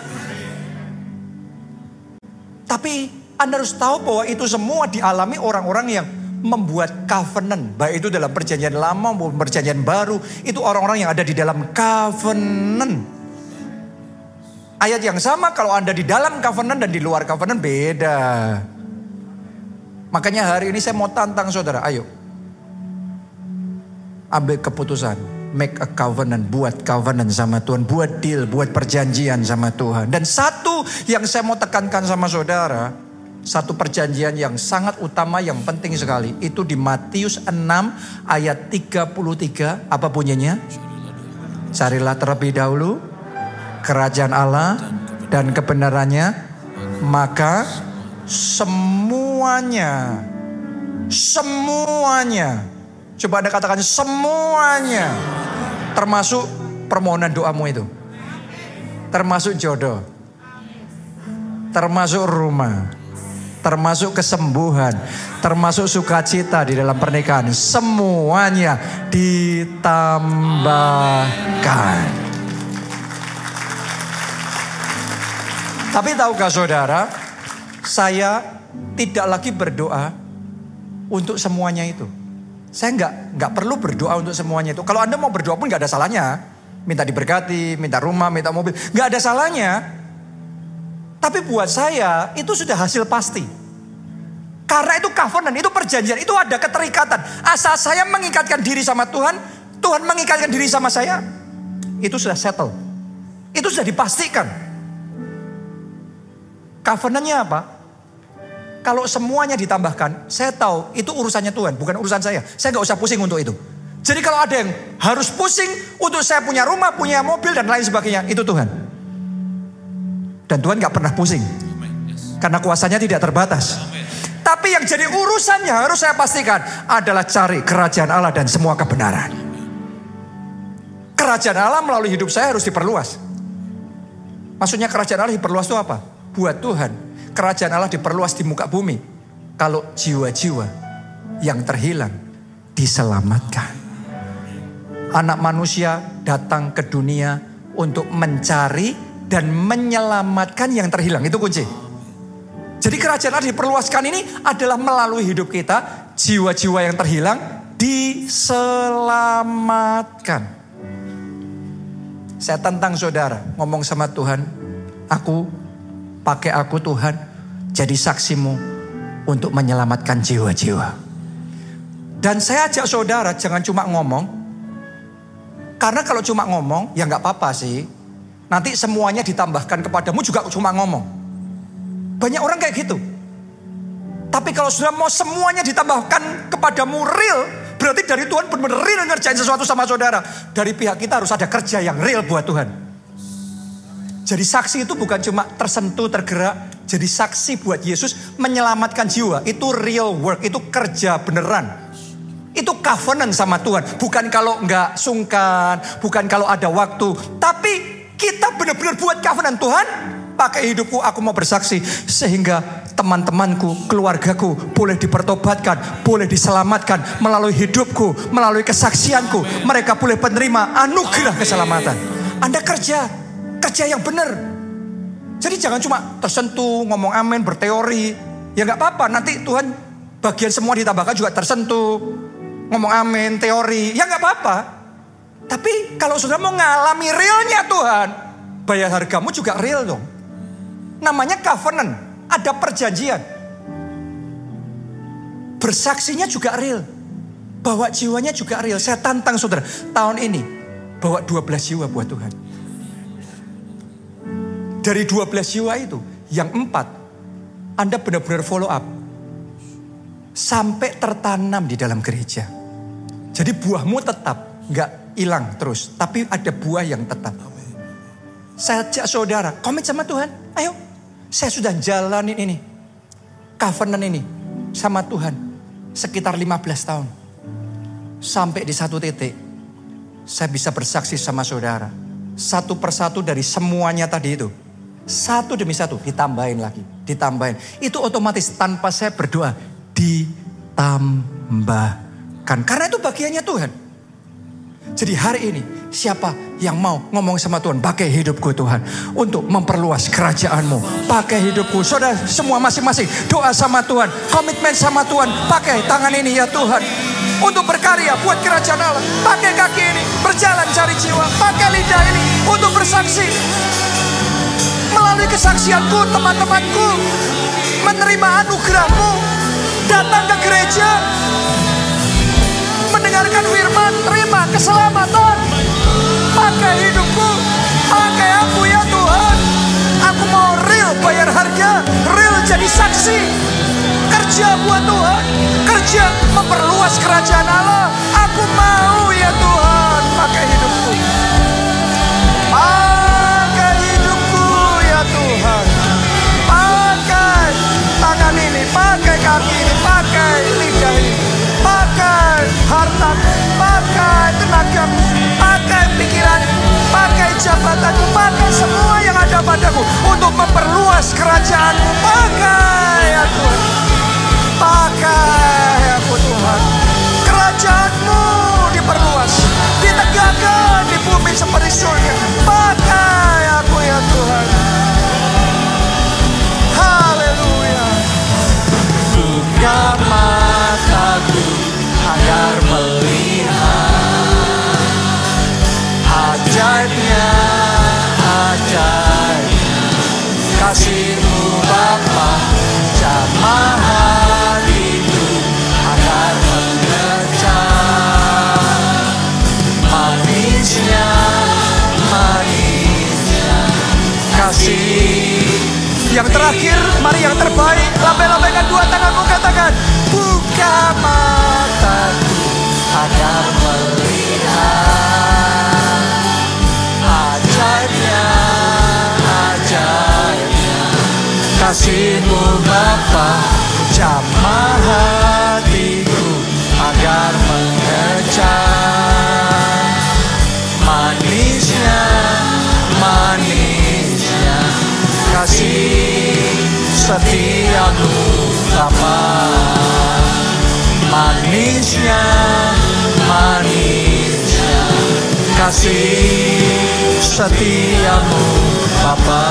A: Tapi Anda harus tahu bahwa itu semua dialami orang-orang yang membuat covenant, baik itu dalam perjanjian lama maupun perjanjian baru, itu orang-orang yang ada di dalam covenant. Ayat yang sama kalau Anda di dalam covenant dan di luar covenant beda. Makanya hari ini saya mau tantang saudara, ayo ambil keputusan, make a covenant, buat covenant sama Tuhan, buat deal, buat perjanjian sama Tuhan. Dan satu yang saya mau tekankan sama saudara, satu perjanjian yang sangat utama, yang penting sekali. Itu di Matius 6 ayat 33. Apa bunyinya? Carilah terlebih dahulu kerajaan Allah dan kebenarannya, maka semuanya, coba Anda katakan semuanya, termasuk permohonan doamu itu, termasuk jodoh, termasuk rumah, termasuk kesembuhan, termasuk sukacita di dalam pernikahan, semuanya ditambahkan. Tapi tahukah saudara, saya tidak lagi berdoa untuk semuanya itu. Saya nggak perlu berdoa untuk semuanya itu. Kalau Anda mau berdoa pun nggak ada salahnya. Minta diberkati, minta rumah, minta mobil, nggak ada salahnya. Tapi buat saya itu sudah hasil pasti. Karena itu covenant, itu perjanjian, itu ada keterikatan. Asal saya mengikatkan diri sama Tuhan, Tuhan mengikatkan diri sama saya, itu sudah settle. Itu sudah dipastikan. Covenantnya apa? Kalau semuanya ditambahkan, saya tahu itu urusannya Tuhan, bukan urusan saya. Saya nggak usah pusing untuk itu. Jadi kalau ada yang harus pusing untuk saya punya rumah, punya mobil dan lain sebagainya, itu Tuhan. Dan Tuhan nggak pernah pusing, karena kuasanya tidak terbatas. Tapi yang jadi urusannya harus saya pastikan adalah cari kerajaan Allah dan semua kebenaran. Kerajaan Allah melalui hidup saya harus diperluas. Maksudnya kerajaan Allah diperluas itu apa? Buat Tuhan, kerajaan Allah diperluas di muka bumi. Kalau jiwa-jiwa yang terhilang diselamatkan. Anak manusia datang ke dunia untuk mencari dan menyelamatkan yang terhilang. Itu kunci. Jadi kerajaan Allah diperluaskan ini adalah melalui hidup kita. Jiwa-jiwa yang terhilang diselamatkan. Saya tantang saudara, ngomong sama Tuhan, pakai aku Tuhan jadi saksimu untuk menyelamatkan jiwa-jiwa. Dan saya ajak saudara jangan cuma ngomong. Karena kalau cuma ngomong ya gak apa-apa sih. Nanti semuanya ditambahkan kepadamu juga cuma ngomong. Banyak orang kayak gitu. Tapi kalau sudah mau semuanya ditambahkan kepadamu real, berarti dari Tuhan benar-benar real ngerjain sesuatu sama saudara. Dari pihak kita harus ada kerja yang real buat Tuhan. Jadi saksi itu bukan cuma tersentuh, tergerak. Jadi saksi buat Yesus menyelamatkan jiwa. Itu real work, itu kerja beneran. Itu covenant sama Tuhan. Bukan kalau enggak sungkan, bukan kalau ada waktu. Tapi kita benar-benar buat covenant. Tuhan, pakai hidupku aku mau bersaksi. Sehingga teman-temanku, keluargaku boleh dipertobatkan, boleh diselamatkan melalui hidupku, melalui kesaksianku. Mereka boleh menerima anugerah keselamatan. Anda kerja yang benar. Jadi jangan cuma tersentuh, ngomong amin, berteori. Ya gak apa-apa, nanti Tuhan bagian semua ditambahkan juga tersentuh. Ngomong amin, teori, ya gak apa-apa. Tapi kalau sudah mau ngalami realnya Tuhan, bayar hargamu juga real dong. Namanya covenant, ada perjanjian. Bersaksinya juga real. Bawa jiwanya juga real. Saya tantang saudara, tahun ini bawa 12 jiwa buat Tuhan. Dari 12 jiwa itu, yang 4, Anda benar-benar follow up. Sampai tertanam di dalam gereja. Jadi buahmu tetap gak hilang terus. Tapi ada buah yang tetap. Saya ajak saudara, komit sama Tuhan. Ayo, saya sudah jalanin ini. Covenant ini sama Tuhan. Sekitar 15 tahun. Sampai di satu titik. Saya bisa bersaksi sama saudara. Satu persatu dari semuanya tadi itu. Satu demi satu ditambahin lagi. Ditambahin. Itu otomatis tanpa saya berdoa. Ditambahkan. Karena itu bagiannya Tuhan. Jadi hari ini siapa yang mau ngomong sama Tuhan, pakai hidupku Tuhan untuk memperluas kerajaan-Mu. Pakai hidupku. Saudara semua masing-masing doa sama Tuhan, komitmen sama Tuhan. Pakai tangan ini ya Tuhan untuk berkarya buat kerajaan Allah. Pakai kaki ini berjalan cari jiwa. Pakai lidah ini untuk bersaksi. Melalui kesaksianku, teman-temanku menerima anugerah-Mu. Datang ke gereja, mendengarkan firman, terima keselamatan. Pakai hidupku, pakai aku ya Tuhan. Aku mau real bayar harga, real jadi saksi. Kerja buat Tuhan, kerja memperluas kerajaan Allah. Aku mau ya Tuhan, pakai hidupku. Pakai hidupku ya Tuhan. Pakai tangan ini, pakai kaki ini, pakai lidah ini, pakai hartaku, pakai tenagamu, pakai pikiran, pakai jabatanku, pakai semua yang ada padaku untuk memperluas kerajaan-Mu. Pakai ya Tuhan, pakai aku Tuhan. Kerajaan-Mu diperluas, ditegakkan di bumi seperti surga. Pakai aku ya Tuhan. terakhir, mari yang terbaik. Lambai-lambaikan dua tanganmu, katakan, buka mataku agar melihat ajaibnya, ajaibnya kasih-Mu Bapa. Jamah hatiku agar mengejar manisnya, manisnya kasih setia-Mu Bapa. Manisnya, manisnya kasih setia-Mu Bapa.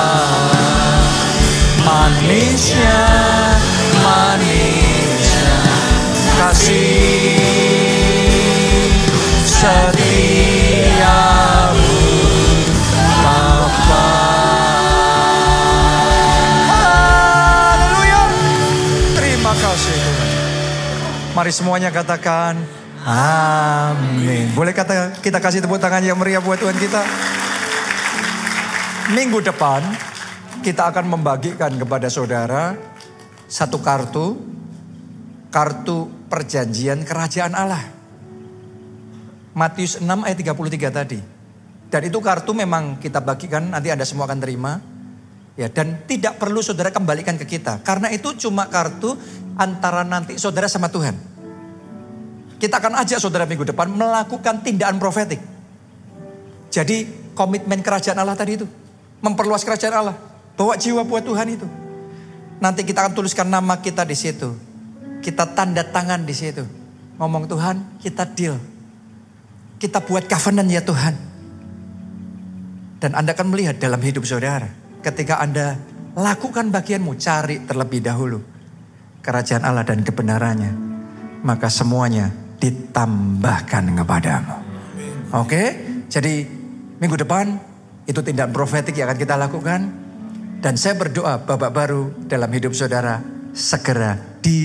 A: Manisnya, manisnya kasih setia-Mu Bapa. Haleluya. Terima kasih Tuhan. Mari semuanya katakan amin. Boleh kita kasih tepuk tangan yang meriah buat Tuhan kita. Minggu depan kita akan membagikan kepada saudara satu kartu perjanjian kerajaan Allah. Matius 6 ayat 33 tadi. Dan itu kartu memang kita bagikan, nanti Anda semua akan terima. Ya, dan tidak perlu saudara kembalikan ke kita. Karena itu cuma kartu antara nanti saudara sama Tuhan. Kita akan ajak saudara minggu depan melakukan tindakan profetik. Jadi komitmen kerajaan Allah tadi itu. Memperluas kerajaan Allah. Bawa jiwa buat Tuhan itu. Nanti kita akan tuliskan nama kita di situ. Kita tanda tangan di situ. Ngomong Tuhan, kita deal. Kita buat covenant ya Tuhan. Dan Anda akan melihat dalam hidup saudara. Ketika Anda lakukan bagianmu, cari terlebih dahulu kerajaan Allah dan kebenarannya. Maka semuanya ditambahkan kepadamu. Oke? Jadi minggu depan itu tindakan profetik yang akan kita lakukan. Dan saya berdoa babak baru dalam hidup saudara segera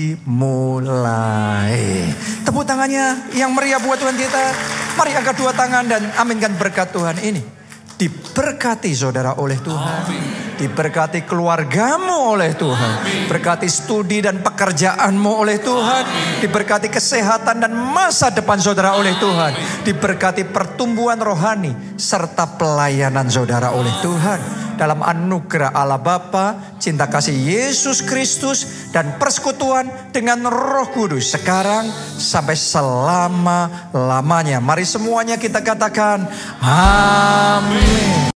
A: dimulai. Tepuk tangannya yang meriah buat Tuhan kita. Mari angkat dua tangan dan aminkan berkat Tuhan ini. Diberkati saudara oleh Tuhan. Diberkati keluargamu oleh Tuhan. Berkati studi dan pekerjaanmu oleh Tuhan. Diberkati kesehatan dan masa depan saudara oleh Tuhan. Diberkati pertumbuhan rohani serta pelayanan saudara oleh Tuhan. Dalam anugerah Allah Bapa, cinta kasih Yesus Kristus, dan persekutuan dengan Roh Kudus sekarang sampai selama-lamanya. Mari semuanya kita katakan amin.